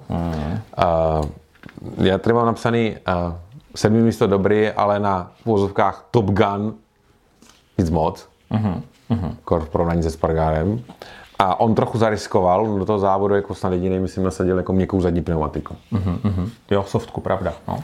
B: Já tady mám napsaný 7. místo dobrý, ale na uvozovkách Top Gun nic moc. V porovnání se Spargarem. A on trochu zariskoval, do toho závodu jako snad jedinej, myslím, nasadil jako měkkou zadní pneumatiku.
A: Jo, softku, pravda. No.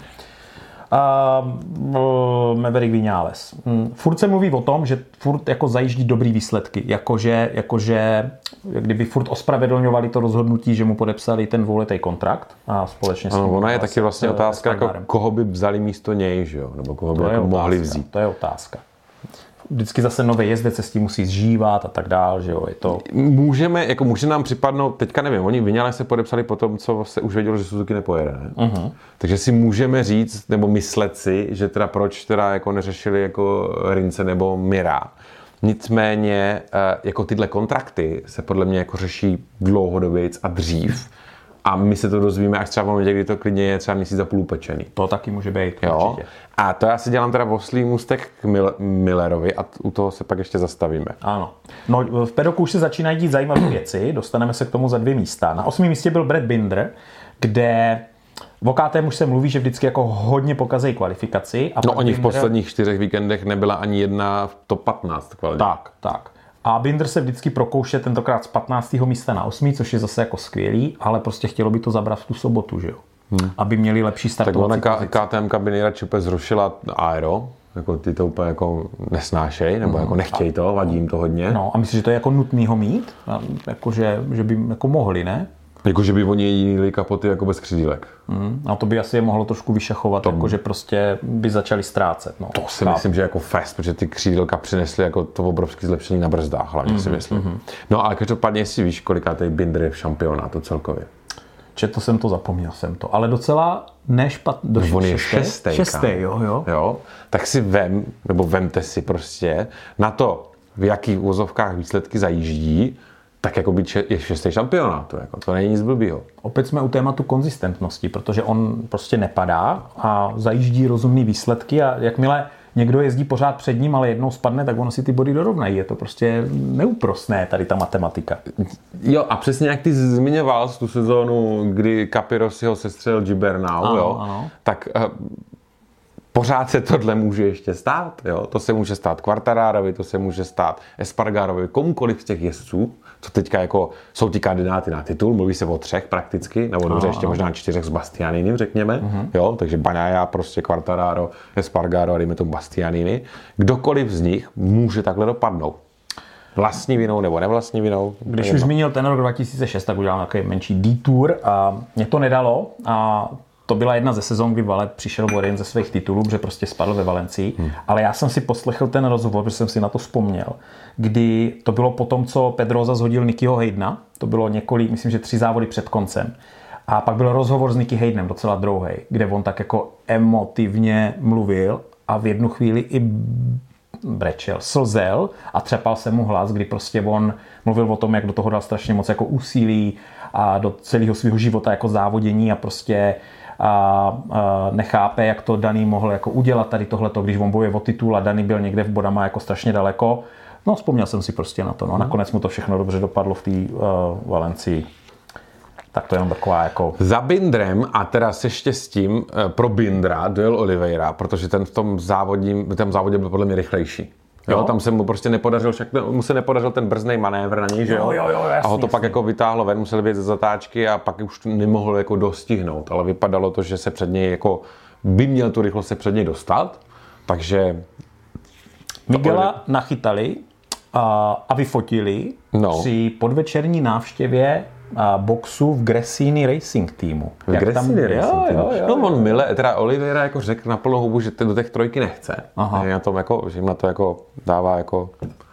A: Maverick Viñales. Furt se mluví o tom, že furt jako zajíždí dobrý výsledky. Jakože kdyby furt ospravedlňovali to rozhodnutí, že mu podepsali ten dvouletý kontrakt a společně s ním.
B: Ona je taky vlastně otázka, jako, koho by vzali místo něj, že jo? Nebo koho by jako mohli vzít.
A: To je otázka. Vždycky zase nový jezdec se s tím musí zžívat a tak dál, že jo, je to...
B: Může nám připadnout, teďka nevím, oni Viñales se podepsali po tom, co se už vědělo, že Suzuki nepojede, ne? Takže si můžeme říct, nebo myslet si, že teda proč teda jako neřešili jako Rince nebo Mira. Nicméně jako tyhle kontrakty se podle mě jako řeší dlouhodobějc a dřív. A my se to dozvíme až třeba v momentě, kdy to klidně je třeba měsíc a půl upečený.
A: To taky může být,
B: jo?
A: Určitě.
B: A to já si dělám teda oslý můstek k Millerovi a u toho se pak ještě zastavíme.
A: Ano. No, v pedoku už se začínají dít zajímavé věci, dostaneme se k tomu za 2 místa. Na 8. místě byl Brad Binder, kde v KTM už se mluví, že vždycky jako hodně pokazejí kvalifikaci. A
B: oni v posledních 4 víkendech nebyla ani jedna v top 15 kvalifikací.
A: Tak. A Binder se vždycky prokouše tentokrát z 15. místa na 8., což je zase jako skvělý, ale prostě chtělo by to zabrat v tu sobotu, že jo? Aby měli lepší startovací pozici.
B: Tak KTM by nejradši úplně zrušila aero, jako ty to úplně jako nesnášej, nebo jako nechtějí to, vadí jim to hodně.
A: No a myslíš, že to je jako nutný ho mít? Jako, že by jako mohli, ne?
B: Jako, že by oni jeli kapoty jako bez křídílek.
A: A to by asi je mohlo trošku vyšachovat, jako, že prostě by začali ztrácet. No.
B: To si myslím, že jako fest, protože ty křídílka přinesly jako to obrovské zlepšení na brzdách, hlavně si myslím. No ale každopádně, jestli víš, koliká tady Binder je v šampionátu celkově.
A: Četl jsem to, zapomněl jsem to, ale docela
B: on je šestý,
A: jo.
B: Tak si vemte si prostě na to v jakých uvozovkách výsledky zajíždí, tak jako by je 6. šampionát. To není nic blbýho.
A: Opět jsme u tématu konzistentnosti, protože on prostě nepadá a zajíždí rozumný výsledky a jakmile někdo jezdí pořád před ním, ale jednou spadne, tak ono si ty body dorovnají. Je to prostě neúprosné, tady ta matematika.
B: Jo, a přesně jak ty zmiňoval tu sezónu, kdy Capirossi ho sestřelil Gibernau,
A: ano.
B: tak pořád se tohle může ještě stát. Jo? To se může stát Quartararovi, to se může stát Espargarovi, komukoliv z těch jezdců, co teďka jako jsou ti kandidáty na titul, mluví se o 3 prakticky, nebo dobře, ještě možná 4 s Bastianinem, řekněme. Jo? Takže Bagnaia, prostě Quartararo, Espargaro a dejme tomu Bastianini. Kdokoliv z nich může takhle dopadnout. Vlastní vinou nebo nevlastní vinou.
A: Když už zmínil ten rok 2006, tak udělal takový menší detour a mě to nedalo a to byla jedna ze sezon, kdy Valle přišel o jeden ze svých titulů, protože prostě spadl ve Valencii. Ale já jsem si poslechl ten rozhovor, protože jsem si na to vzpomněl, kdy to bylo po tom, co Pedrosa zhodil Nickyho Haydena. To bylo několik, myslím, že 3 závody před koncem. A pak byl rozhovor s Nicky Haydenem, docela dlouhý, kde on tak jako emotivně mluvil a v jednu chvíli i brečel, slzel a třepal se mu hlas, kdy prostě on mluvil o tom, jak do toho dal strašně moc jako úsilí a do celého svého života jako závodění a prostě nechápe, jak to Daný mohl jako udělat tady tohleto, když on bojuje o titul a Daný byl někde v bodama jako strašně daleko. No, vzpomněl jsem si prostě na to. No. Nakonec mu to všechno dobře dopadlo v té Valencii. Tak to je jenom taková jako...
B: Za Bindrem a teda se štěstím pro Bindra dojel Oliveira, protože ten v tom závodě byl podle mě rychlejší. Jo, tam se mu prostě nepodařil, však mu se nepodařil ten brzdnej manévr na něj, že jo?
A: Jasný,
B: a ho to pak jako vytáhlo ven, musel být ze zatáčky a pak už nemohl jako dostihnout, ale vypadalo to, že se před něj jako by měl tu rychlost se před něj dostat, takže...
A: Miguela nachytali a vyfotili při podvečerní návštěvě boxu v Gresini Racing týmu.
B: V Gresini Racing týmu? No on mile, teda Oliveira jako řekl na plnou hubu, že do těch 3 nechce. Že na tom jako, že jim na to jako dává jako...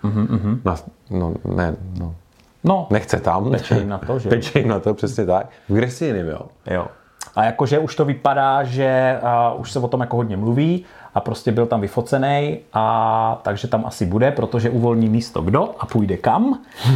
B: Nechce tam.
A: Teče jim na to, že?
B: Teče jim na to, přesně tak. V Gresini, jo.
A: A jakože už to vypadá, že už se o tom jako hodně mluví a prostě byl tam vyfocený a takže tam asi bude, protože uvolní místo kdo a půjde kam.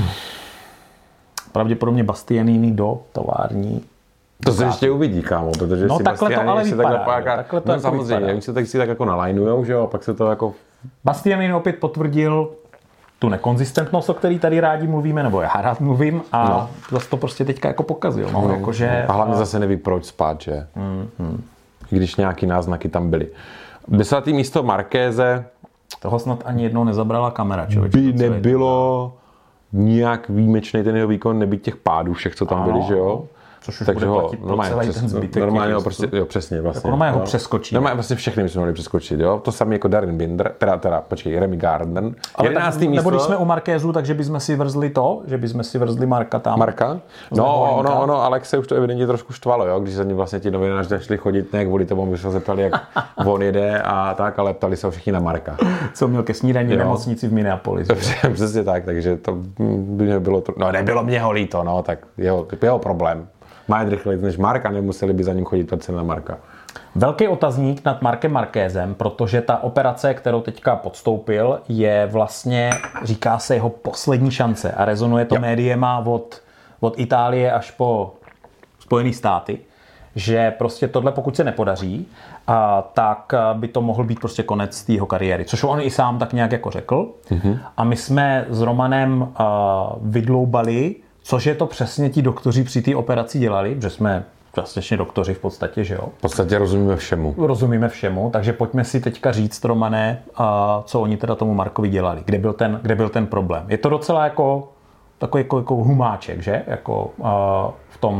A: Pravděpodobně Bastianini do tovární.
B: To se ještě uvidí, kámo, protože
A: no,
B: si
A: takhle to ale vypadá.
B: Takhle to samozřejmě, oni se tak si tak jako nalajnujou, že jo, a pak se to jako...
A: Bastianini opět potvrdil tu nekonzistentnost, o který tady rádi mluvíme, nebo já rád mluvím a zase to prostě teďka jako pokazil.
B: A hlavně zase neví, proč spát, že? I když nějaký náznaky tam byly. 10. místo Markéze.
A: Toho snad ani jednou nezabrala kamera, člověče.
B: By nebylo nijak výjimečný ten jeho výkon, nebyt těch pádů všech, co tam byly, že jo?
A: Což už takže bude platit pro celý ten zbytek.
B: Normálně ho prostě, jo, přesně, vlastně.
A: Normálně ho přeskočí.
B: Normálně vlastně všechny bychom mohli přeskočit, jo? To samé jako Darren Binder, Remy Gardner. 11. místo.
A: Nebo když jsme u Markézu, takže bychom si vrzli to, že bychom si vrzli Marka tam.
B: Marka? No, ono, Alexe už to evidentně trošku štvalo, jo? Když za ním vlastně ti novináři začali chodit, ne kvůli tomu, by se zeptali, jak on jede a tak, ale ptali se všichni na Marka.
A: Co měl ke snídani v nemocnici v Minneapolis.
B: Přesně tak, takže to by bylo, no nebylo mě ho líto, no, tak jeho problém. Má jet rychleji než Mark a nemuseli by za ním chodit pracet na Marka.
A: Velký otazník nad Markem Markézem, protože ta operace, kterou teďka podstoupil, je vlastně, říká se, jeho poslední šance a rezonuje to médiema od Itálie až po Spojené státy, že prostě tohle pokud se nepodaří, tak by to mohl být prostě konec té jeho kariéry, což on i sám tak nějak jako řekl. A my jsme s Romanem vydloubali, což je to přesně ti doktoři při té operaci dělali, protože jsme vlastně doktoři v podstatě, že jo?
B: V podstatě rozumíme všemu.
A: Rozumíme všemu, takže pojďme si teďka říct, Romane, co oni teda tomu Markovi dělali, kde byl ten problém. Je to docela jako takový jako humáček, že? Jako v tom,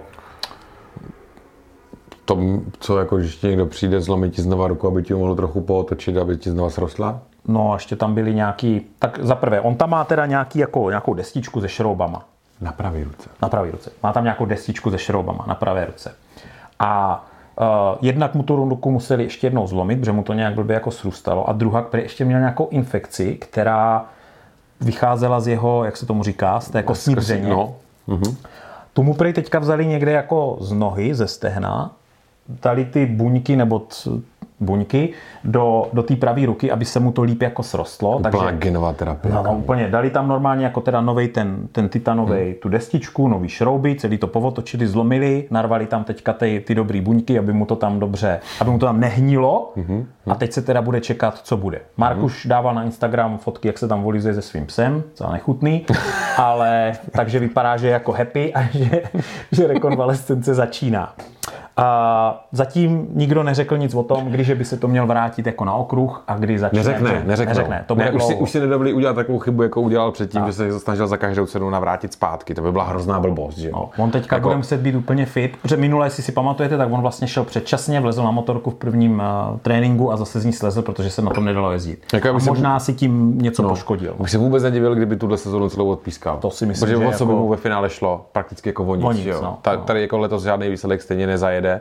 B: co jako, když ti někdo přijde, zlomí ti znova ruku, aby ti mohl trochu pootočit, aby ti znova srostla?
A: No, ještě tam byly nějaký, tak za prvé, on tam má teda nějakou destičku se šroubama.
B: Na pravé ruce.
A: Na pravé ruce. Má tam nějakou destičku se šroubama na pravé ruce. A jednak mu tu ruku museli ještě jednou zlomit, protože mu to nějak blbě jako srůstalo. A druhá, který ještě měl nějakou infekci, která vycházela z jeho, jak se tomu říká, z té kostní dřeně. No. Tu mu prý teďka vzali někde jako z nohy, ze stehna dali ty buňky nebo buňky do té pravé ruky, aby se mu to líp jako srostlo.
B: Úplná genová terapie.
A: No, úplně. Dali tam normálně jako teda novej ten titanovej tu destičku, nový šrouby, celý to povotočili, zlomili, narvali tam teďka ty dobrý buňky, aby mu to tam dobře, aby mu to tam nehnilo a teď se teda bude čekat, co bude. Mark už dával na Instagram fotky, jak se tam volizuje se svým psem, co nechutný, ale takže vypadá, že je jako happy a že rekonvalescence začíná. A zatím nikdo neřekl nic o tom, když by se to měl vrátit jako na okruh a kdy začne. Neřekne. To bude
B: už si nedovolí udělat takovou chybu, jako udělal předtím, že se snažil za každou cenu navrátit zpátky. To by byla hrozná blbost, že?
A: No, on teďka bude muset být úplně fit, protože minule, jestli si pamatujete, tak on vlastně šel předčasně, vlezl na motorku v prvním tréninku a zase z ní slezl, protože se na tom nedalo jezdit. A možná si tím něco poškodil.
B: Bych se vůbec nedivil, kdyby tuhle sezonu celou odpískal.
A: To si myslím,
B: protože
A: že
B: co by mu ve finále šlo, prakticky jako o nic, jo. Tady jako letos žádný výsledek stejně nezajede.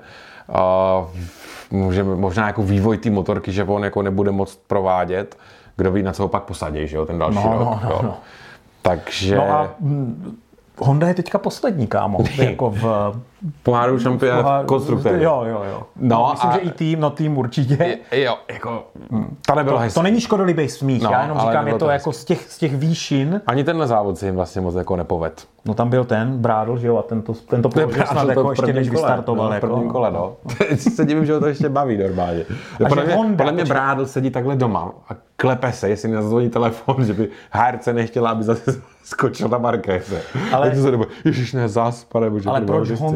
B: Možná jako vývoj té motorky, že on jako nebude moc provádět, kdo ví, na co ho pak posadí, že jo, ten další rok. No. Takže...
A: No a Honda je teďka poslední, kámo. Jako v
B: poháru šampiona konstruktéry.
A: Jo. No, myslím, že i tým určitě.
B: Jo, jako ta nebyla hezká.
A: To není škodolibý smích, já jenom říkám, je to jako z těch výšin.
B: Ani tenhle závod si jim vlastně moc jako nepoved.
A: No tam byl ten Brádl, že jo, a ten to položil snad jako ještě než vystartoval.
B: V prvním kole, no. Se divím, že ho to ještě baví normálně. Podle mě Brádl sedí takhle doma a klepe se, jestli nezazvoní telefon, že by HRC nechtěla, aby zase skočil na Markéze. Ale ježiš, ne, zás, pane bože.
A: Ale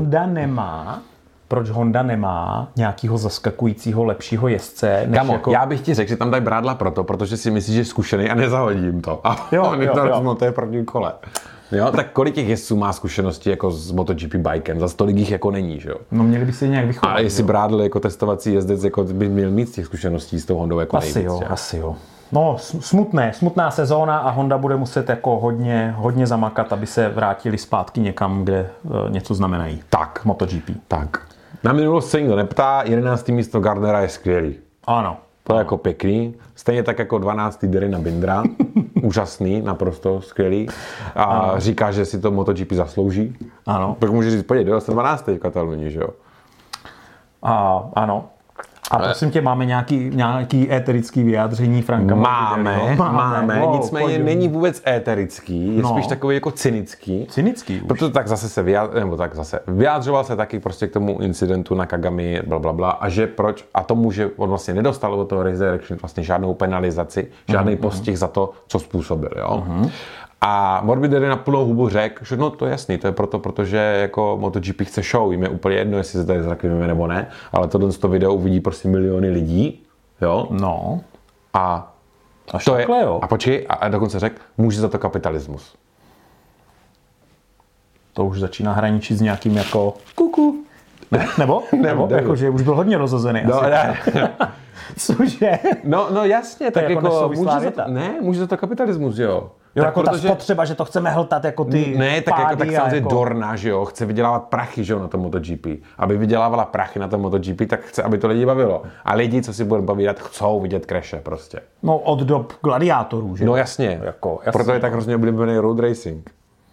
A: proč Honda nemá nějakého zaskakujícího lepšího jezdce?
B: Kamo, jako... já bych ti řekl, že tam dají Brádla protože si myslíš, že je zkušený a nezahodí jim to. A on je to rozmoté v prvním kole. Jo, tak kolik těch jezdců má zkušenosti jako s MotoGP bikem? Zase tolik jich jako není, že jo?
A: No měli by se nějak vychovat.
B: A jestli Brádl jako testovací jezdec jako by měl mít z těch zkušeností s tou Hondou jako nejvíc.
A: Asi jo. No, smutná sezóna a Honda bude muset jako hodně zamakat, aby se vrátili zpátky někam, kde něco znamenají.
B: Tak.
A: MotoGP.
B: Tak. Na minulost se nikdo neptá, 11. místo Gardnera je skvělý.
A: Ano.
B: To je jako pěkný. Stejně tak jako 12. Derina Bindra. Úžasný, naprosto skvělý. A říká, že si to MotoGP zaslouží.
A: Ano.
B: Tak může říct, pojď, dojel jsem 12. v Katalonii, že jo?
A: Ano. A prosím tě, máme nějaký éterický vyjádření Franka?
B: Máme. Nicméně není vůbec éterický, je spíš takový jako cynický.
A: Cynický už.
B: Protože tak zase vyjádřoval se taky prostě k tomu incidentu na Kagami, blablabla, a že proč, a tomu, že on vlastně nedostal od toho Resurrection vlastně žádnou penalizaci, žádný postih za to, co způsobil, jo. A Morbidelli na plnou hubu řekl, že no to je jasný, to je protože jako MotoGP chce show, jim je úplně jedno, jestli se tady zrakvíme nebo ne, ale tohle video uvidí prostě miliony lidí, jo?
A: No.
B: A to je, jo. A počkej, a dokonce řekl, může za to kapitalismus.
A: To už začíná hraničit s nějakým jako kuku. Ne? Nebo jakože už byl hodně rozhozený.
B: No, ne.
A: Cože?
B: No jasně, tak jako může za to kapitalismus, že jo?
A: Jo, jako ta spotřeba, že to chceme hltat jako ty
B: ne, tak
A: pády
B: jako tak samozřejmě
A: jako...
B: Dorna, že jo, chce vydělávat prachy, že jo, na tom MotoGP. Aby vydělávala prachy na tom MotoGP, tak chce, aby to lidi bavilo. A lidi, co si budeme povídat, chcou vidět crashe prostě.
A: No od dob gladiátorů, že?
B: No jasně. Proto je tak hrozně oblíbený road racing.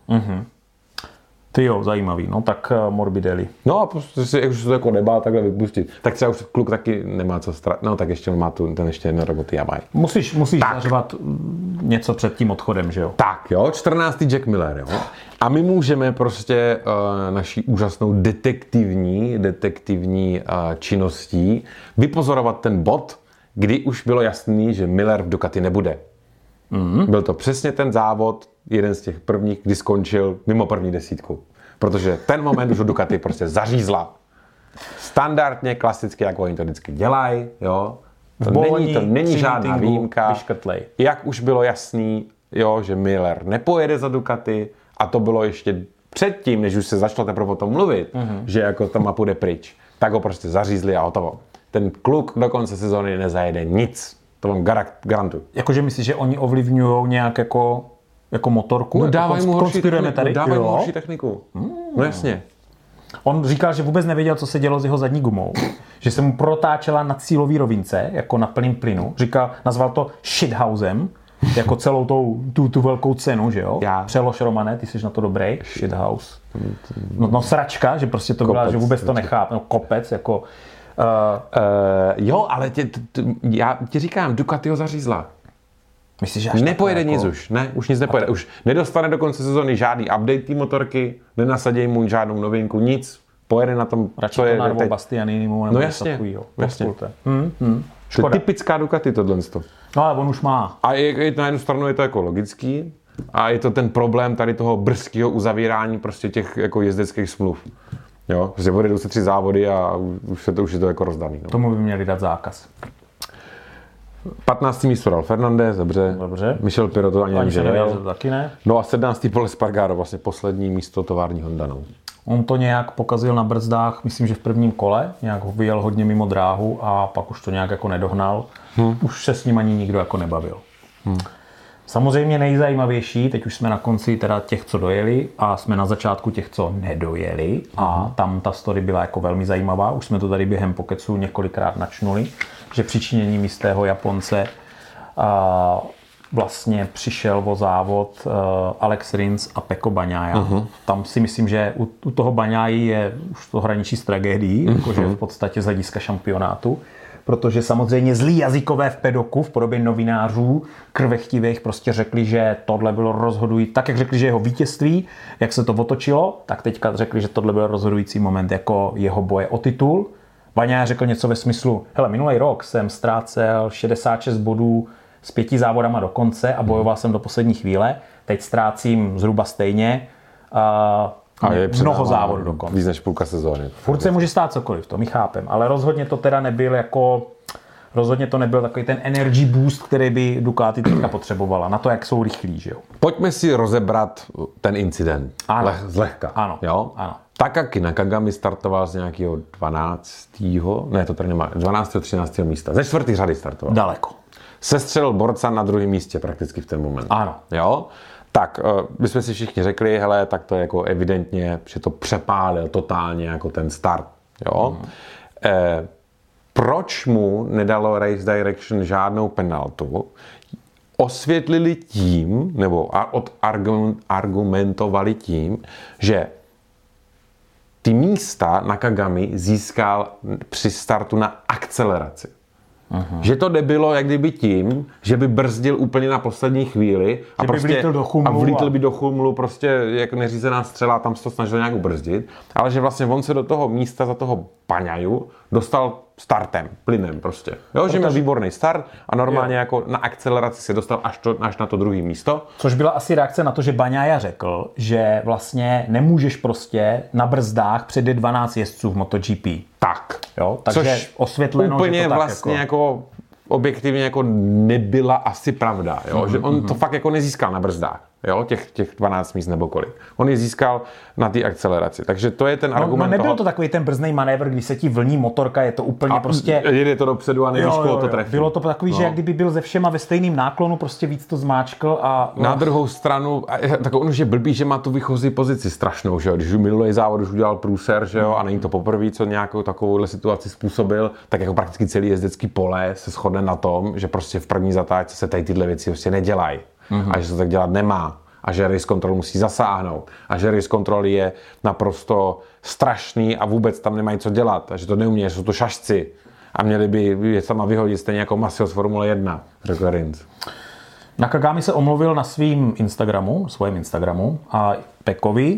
A: Ty jo, zajímavý, no tak Morbidelli.
B: No a prostě si už to jako nebá takhle vypustit. Tak třeba už kluk taky nemá co no tak ještě má ten ještě jedno roboty Yamaha.
A: Musíš zařvat něco před tím odchodem, že jo?
B: Tak jo, 14. Jack Miller, jo. A my můžeme prostě naší úžasnou detektivní činností vypozorovat ten bod, kdy už bylo jasný, že Miller v Ducati nebude. Byl to přesně ten závod, jeden z těch prvních, kdy skončil mimo první desítku. Protože ten moment už u Ducati prostě zařízla. Standardně, klasicky, jako oni to vždycky dělají, jo. To není žádná výjimka. Jak už bylo jasný, jo, že Miller nepojede za Ducati a to bylo ještě předtím, než už se začalo teprve o tom mluvit, že jako ta mapa půjde pryč, tak ho prostě zařízli a hotovo. Ten kluk do konce sezóny nezajede nic. To vám garantuju.
A: Jakože myslíš, že oni ovlivňují nějak jako motorku?
B: No dávají mu
A: horší
B: techniku. No jasně.
A: On říkal, že vůbec nevěděl, co se dělo s jeho zadní gumou. Že se mu protáčela na cílový rovince, jako na plným plynu. Nazval to shithousem. jako celou tu velkou cenu, že jo?
B: Já.
A: Přelož, Romane, ty jsi na to dobrý. Shithouse. No sračka, že prostě to byla, že vůbec to nechápu. No kopec, jako...
B: Jo, ale já ti říkám, Ducati ho zařízla.
A: Myslíš, že až
B: nepojede
A: jako...
B: nic už, ne, už nic nepojede. Už nedostane do konce sezóny žádný update té motorky, nenasaděj mu žádnou novinku, nic. Pojede na tom,
A: radši
B: co
A: to
B: je
A: narvou Bastianinimu nebo takovýho.
B: Jasně.
A: Škoda.
B: To je typická Ducati tohle.
A: No ale on už má.
B: A na jednu stranu je to jako logický a je to ten problém tady toho brzkého uzavírání prostě těch jako jezdeckých smluv. Jo, prostě odjedou se 3 závody a už je to jako rozdaný. No.
A: Tomu by měli dát zákaz.
B: 15. místo dal Fernandez, dobře. Michel Pirot to ani
A: se nevěděl, taky ne.
B: No a 17. Pole Spargaro, vlastně poslední místo tovární Honda. No.
A: On to nějak pokazil na brzdách, myslím, že v prvním kole, nějak ho vyjel hodně mimo dráhu a pak už to nějak jako nedohnal. Už se s ním ani nikdo jako nebavil. Samozřejmě nejzajímavější, teď už jsme na konci teda těch, co dojeli a jsme na začátku těch, co nedojeli a tam ta story byla jako velmi zajímavá. Už jsme to tady během pokecu několikrát načnuli, že přičiněním jistého Japonce vlastně přišel o závod Alex Rins a Pecco Bagnaia. Tam si myslím, že u toho Bagnaii je už to hraničí s tragédií, jakože v podstatě z hlediska šampionátu. Protože samozřejmě zlí jazykové v pedoku v podobě novinářů krvechtivých prostě řekli, že tohle bylo rozhodující, tak jak řekli, že jeho vítězství, jak se to otočilo, tak teďka řekli, že tohle byl rozhodující moment jako jeho boje o titul. Bagnaia řekl něco ve smyslu, hele, minulý rok jsem ztrácel 66 bodů s 5 závodama do konce a bojoval jsem do poslední chvíle, teď ztrácím zhruba stejně
B: a je
A: mnoho závodů dokonce.
B: Víc než půlka sezóny.
A: Furt se může stát cokoliv, to my chápem, ale rozhodně to teda nebyl jako... Rozhodně to nebyl takový ten energy boost, který by Ducati teďka potřebovala, na to, jak jsou rychlí, že jo.
B: Pojďme si rozebrat ten incident.
A: Ano.
B: Zlehka.
A: Ano.
B: Jo?
A: Ano.
B: Takaki Nakagami startoval z nějakého 12. Ne, to tady nemá. 12. 13. místa. Ze 4. řady startoval.
A: Daleko.
B: Sestřelil borca na 2. místě prakticky v ten moment.
A: Ano.
B: Jo? Tak, my jsme si všichni řekli, hele, tak to je jako evidentně, že to přepálil totálně jako ten start. Jo? Proč mu nedalo Race Direction žádnou penaltu? Osvětlili tím, nebo argumentovali tím, že ty místa Nakagami získal při startu na akceleraci. Že to nebylo jak kdyby tím, že by brzdil úplně na poslední chvíli a prostě vlítl by do chumlu prostě jako neřízená střela, tam se to snažil nějak ubrzdit, ale že vlastně on se do toho místa za toho Bagnaia dostal startem, plynem prostě. Jo, že měl výborný start a normálně jako na akceleraci se dostal až na to 2. místo.
A: Což byla asi reakce na to, že Bagnaia řekl, že vlastně nemůžeš prostě na brzdách předjet 12 jezdců v MotoGP.
B: Tak.
A: Jo, takže
B: což
A: osvětleno,
B: úplně
A: že to tak
B: vlastně jako objektivně jako nebyla asi pravda, jo? Že on to fakt jako nezískal na brzdách, jo? Těch 12 míst nebo kolik. On je získal na té akceleraci, takže to je ten argument.
A: No nebyl to takový ten brzdný manévr, když se ti vlní motorka, je to úplně prostě...
B: Jede to dopředu a nevíš, koho to trefí.
A: Bylo to takový, že jak kdyby byl ze všema ve stejným náklonu, prostě víc to zmáčkl a...
B: Na druhou stranu, tak on už je blbý, že má tu výchozí pozici strašnou, že jo? Když minulý závod už udělal průser, že jo? A není to poprvé, co nějakou takovouhle situaci způsobil, tak jako prakticky celý jezdecký pole se shodne na tom, že prostě v první zatáčce se tady tyhle věci prostě nedělají. A že se to tak dělat nemá. A že race control musí zasáhnout. A že race control je naprosto strašný a vůbec tam nemají co dělat. A že to neumějí, že jsou to šašci. A měli by je sama vyhodit stejně jako Massio z Formule 1, řekl Rins.
A: Nakagami se omluvil na svém Instagramu a Peccovi,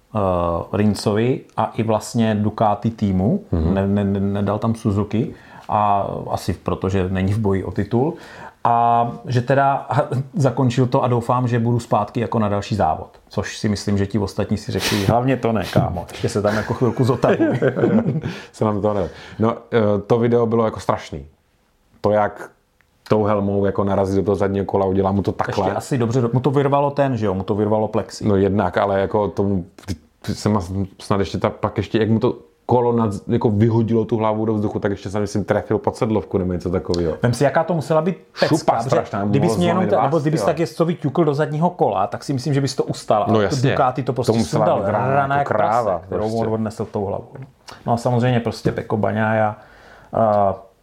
A: Rinsovi a i vlastně Ducati týmu. Nedal tam Suzuki. A asi protože není v boji o titul. A že teda zakončil to a doufám, že budu zpátky jako na další závod. Což si myslím, že ti ostatní si řekli, hlavně to ne, kámo. Ještě se tam jako chvilku zotavují.
B: Se nám to ne. No, to video bylo jako strašný. To, jak tou helmou jako narazí do toho zadního kola, udělá mu to takhle.
A: Ještě asi dobře, mu to vyrvalo mu to vyrvalo plexi.
B: No jednak, ale jako tomu jsem snad ještě pak ještě, jak mu to kolo jako vyhodilo tu hlavu do vzduchu, tak ještě jsem myslím trefil pod sedlovku nebo něco takového.
A: Vem si, jaká to musela být pecka, kdybys mě jenom kdybys tak jezdcovi ťukl do zadního kola, tak si myslím, že bys to ustal.
B: No jasně.
A: Ducati to prostě sundal rana jak kráva, kterou mu odnesl tou hlavou. No a samozřejmě prostě Pecco Bagnaia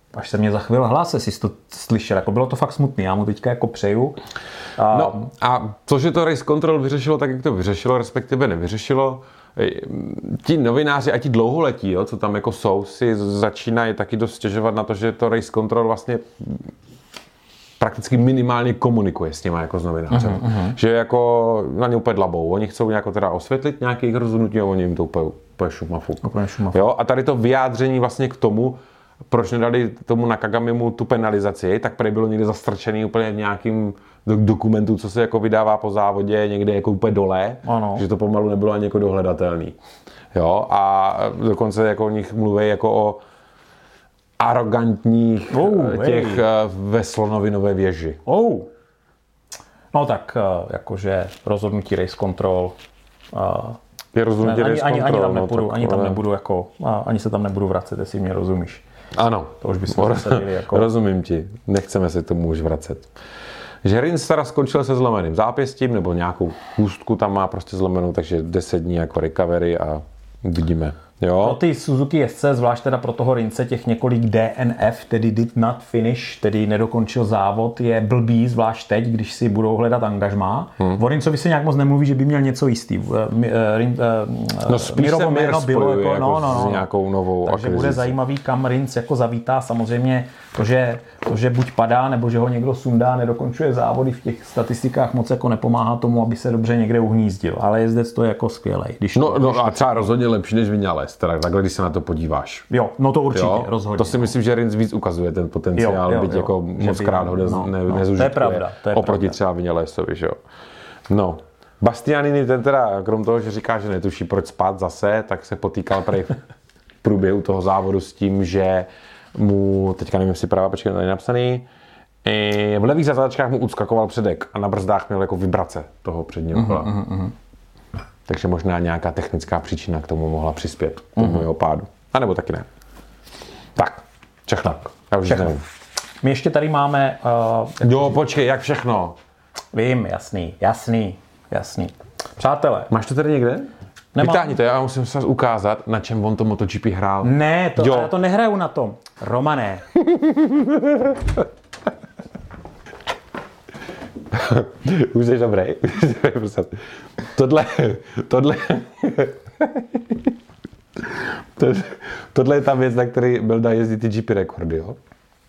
A: až se mě za chvíli hlásí, jsi to slyšel, jako bylo to fakt smutný, já mu teďka jako přeju.
B: No a to, že to Race Control vyřešilo tak, jak to vyřešilo, respektive nevyřešilo, ti novináři a ti dlouholetí, jo, co tam jako jsou, si začínají taky dost stěžovat na to, že to Race Control vlastně prakticky minimálně komunikuje s těma jako s novinářem. Že jako na ně úplně dlabou. Oni chcou nějak teda osvětlit nějaké jejich rozhodnutí a oni jim to úplně šumafu. Jo? A tady to vyjádření vlastně k tomu, proč nedali tomu Nakagamimu tu penalizaci, tak prý bylo někde zastrčený úplně v nějakým dokumentu, co se jako vydává po závodě někde jako úplně dole, že to pomalu nebylo ani jako dohledatelný. Jo? A dokonce jako o nich mluví jako o arrogantních těch ve Slonovinové věži.
A: No tak jakože rozhodnutí Race Control
B: je rozhodnutí Race Control.
A: Ani se tam nebudu vracet, jestli mě rozumíš.
B: Ano.
A: To už bychom zasadili jako...
B: Rozumím ti. Nechceme se tomu už vracet. Že Rins teda skončil se zlomeným zápěstím, nebo nějakou kůstku tam má prostě zlomenou, takže 10 dní jako recovery a vidíme. Jo.
A: Pro ty Suzuki SC, zvlášť teda pro toho Rince, těch několik DNF, tedy did not finish, tedy nedokončil závod, je blbý, zvlášť teď, když si budou hledat angažmá. O Rincovi se nějak moc nemluví, že by měl něco jistý.
B: Spíš se Mir spojuje jako s nějakou novou
A: takže
B: akvizicí.
A: bude zajímavý, kam Rince jako zavítá. Samozřejmě to, že buď padá, nebo že ho někdo sundá, nedokončuje závody v těch statistikách moc jako nepomáhá tomu, aby se dobře někde uhnízdil. Ale jezdec to je jako skvělej.
B: A třeba rozhodně lepší než Viñales, takhle, když se na to podíváš.
A: Jo, no to určitě, rozhodně.
B: To si myslím, že Rins víc ukazuje ten potenciál, byť jako moc krát ho nezužitkuje.
A: To je pravda.
B: Oproti třeba Viñalesovi, že jo. No, Bastianini ten teda, krom toho, že říká, že netuší, proč spát zase, tak se potýkal prej v průběhu toho závodu s tím, že mu, teďka nevím, jestli právě počkej, tady napsaný, v levých zatáčkách mu odskakoval předek a na brzdách měl jako vibrace toho předního kola. Takže možná nějaká technická příčina k tomu mohla přispět, k tomu jeho pádu. A nebo taky ne. Tak, všechno. Já už nevím.
A: My ještě tady máme...
B: počkej, jak všechno?
A: Vím, jasný. Přátelé.
B: Máš to tady někde?
A: Nemám.
B: Vytáhni to, já musím se ukázat, na čem on to MotoGP hrál.
A: Ne, já to nehraju na tom. Romane.
B: Už jsi dobrý. Tohle je ta věc, na který byl dá jezdit ty GP rekordy, jo?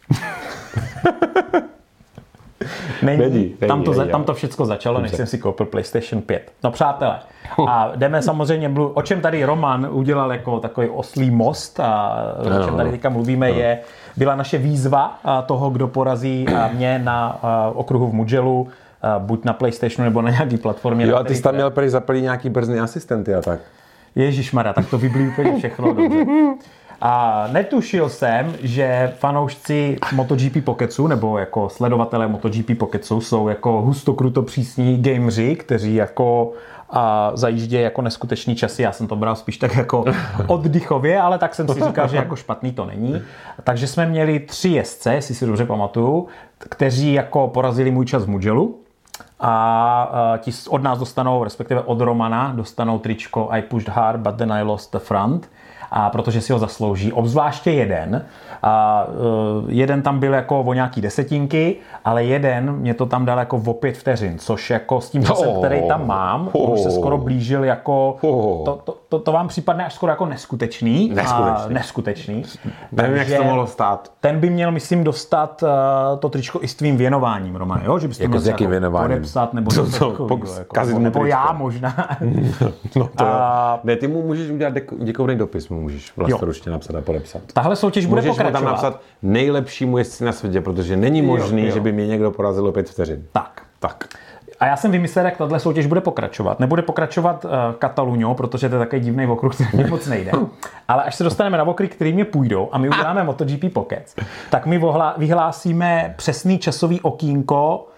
A: Není. Tam to všechno začalo, než jsem si koupil PlayStation 5. No přátelé, a jdeme samozřejmě, o čem tady Roman udělal jako takový oslý most a o čem tady teďka mluvíme, byla naše výzva toho, kdo porazí mě na okruhu v Mugellu, buď na PlayStationu nebo na nějaký platformě.
B: Jo, a ty jsi tam měl prý zaplý nějaký brzdný asistenty a tak.
A: Ježišmarja, tak to vyblí úplně všechno dobře. A netušil jsem, že fanoušci MotoGP Pocketsu, nebo jako sledovatelé MotoGP Pocketsu jsou jako hustokruto přísní gameři, kteří jako zajíždějí jako neskutečný časy. Já jsem to bral spíš tak jako oddychově, ale tak jsem si říkal, že jako špatný to není. Takže jsme měli 3 jezdce, jestli si dobře pamatuju, kteří jako porazili můj čas v Mugellu. A ti od nás dostanou, respektive od Romana, dostanou tričko I pushed hard, but then I lost the front. A protože si ho zaslouží, obzvláště jeden. Jeden tam byl jako o nějaký desetinky, ale jeden mě to tam dal jako o 5 vteřin, což jako s tím časem, který tam mám, už se skoro blížil jako, to vám připadne až skoro jako neskutečný. Neskutečný.
B: Nevím, jak se to mohlo stát.
A: Ten by měl, myslím, dostat to tričko i s tvým věnováním, Roman, jo? Že byste
B: jako s jakým věnováním?
A: Podepsat, nebo
B: nebo
A: já možná.
B: Ne, ty mu můžeš udělat děkovný dopis, mu můžeš vlastnoručně napsat a podepsat.
A: Tahle soutěž bude pokračovat.
B: Můžeš mu tam napsat nejlepšímu jezdci na světě, protože není možný, že by mě někdo porazil o 5 vteřin. Tak.
A: A já jsem vymyslel, jak tahle soutěž bude pokračovat. Nebude pokračovat Cataluňou, protože to je takový divný okruh, který mě moc nejde. Ale až se dostaneme na okruh, který mě půjdou a my uděláme MotoGP Pockets, tak my vyhlásíme přesný časový okýnko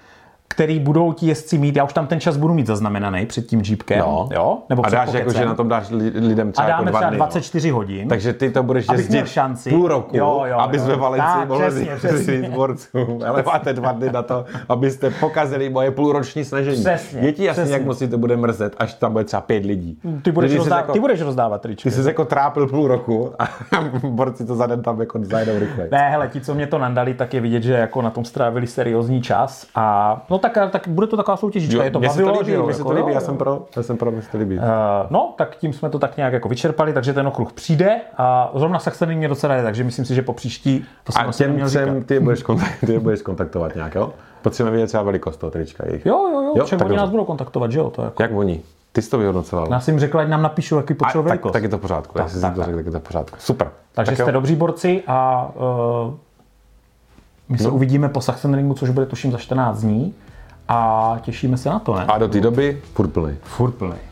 A: který budou ti jezdci mít, já už tam ten čas budu mít zaznamenaný před tím jeepkem, jo? Nebo
B: a dáš jako, že na tom dáš lidem třeba jako 2 dny.
A: 24 hodin.
B: Takže ty to budeš jezdit půl roku, abys ve Valencii mohl říct borcům. Ale máte 2 dny na to, abyste pokazili moje půlroční snažení. Je ti jasný, jak moc si to bude mrzet, až tam bude třeba 5 lidí.
A: Ty budeš rozdávat tričky.
B: Ty jsi jako trápil půl roku a borci to za den tam jako zajedou rychle.
A: Ne, hele, ti, co mě to nandali, tak je vidět, že jako na tom strávili seriózní čas a no tak bude to taková soutěžička, je to bavilo, že jo.
B: Mně se to líbí, já jsem pro, mně se to líbí.
A: No, tak tím jsme to tak nějak jako vyčerpali, takže ten okruh přijde a zrovna Saxony mě docela jde, takže myslím si, že po příští to jsem asi neměl říkat.
B: Ty je budeš kontaktovat nějak, jo? Potřebujeme vidět třeba velikost toho trička jejich.
A: Jo, však oni nás budou kontaktovat, že jo? To jako...
B: Jak oni? Ty jsi to vyhodnocoval.
A: Já jsem jim řekl, ať nám napíšou, jaký potřebují velikost.
B: Tak je to v pořádku, tak si to řekl, tak je to v pořádku. Super.
A: Takže jste dobří borci a my se uvidíme po Sachsenringu, což bude tuším za 14 dní a těšíme se na to, ne?
B: A do té doby furt plný.
A: Furt plný.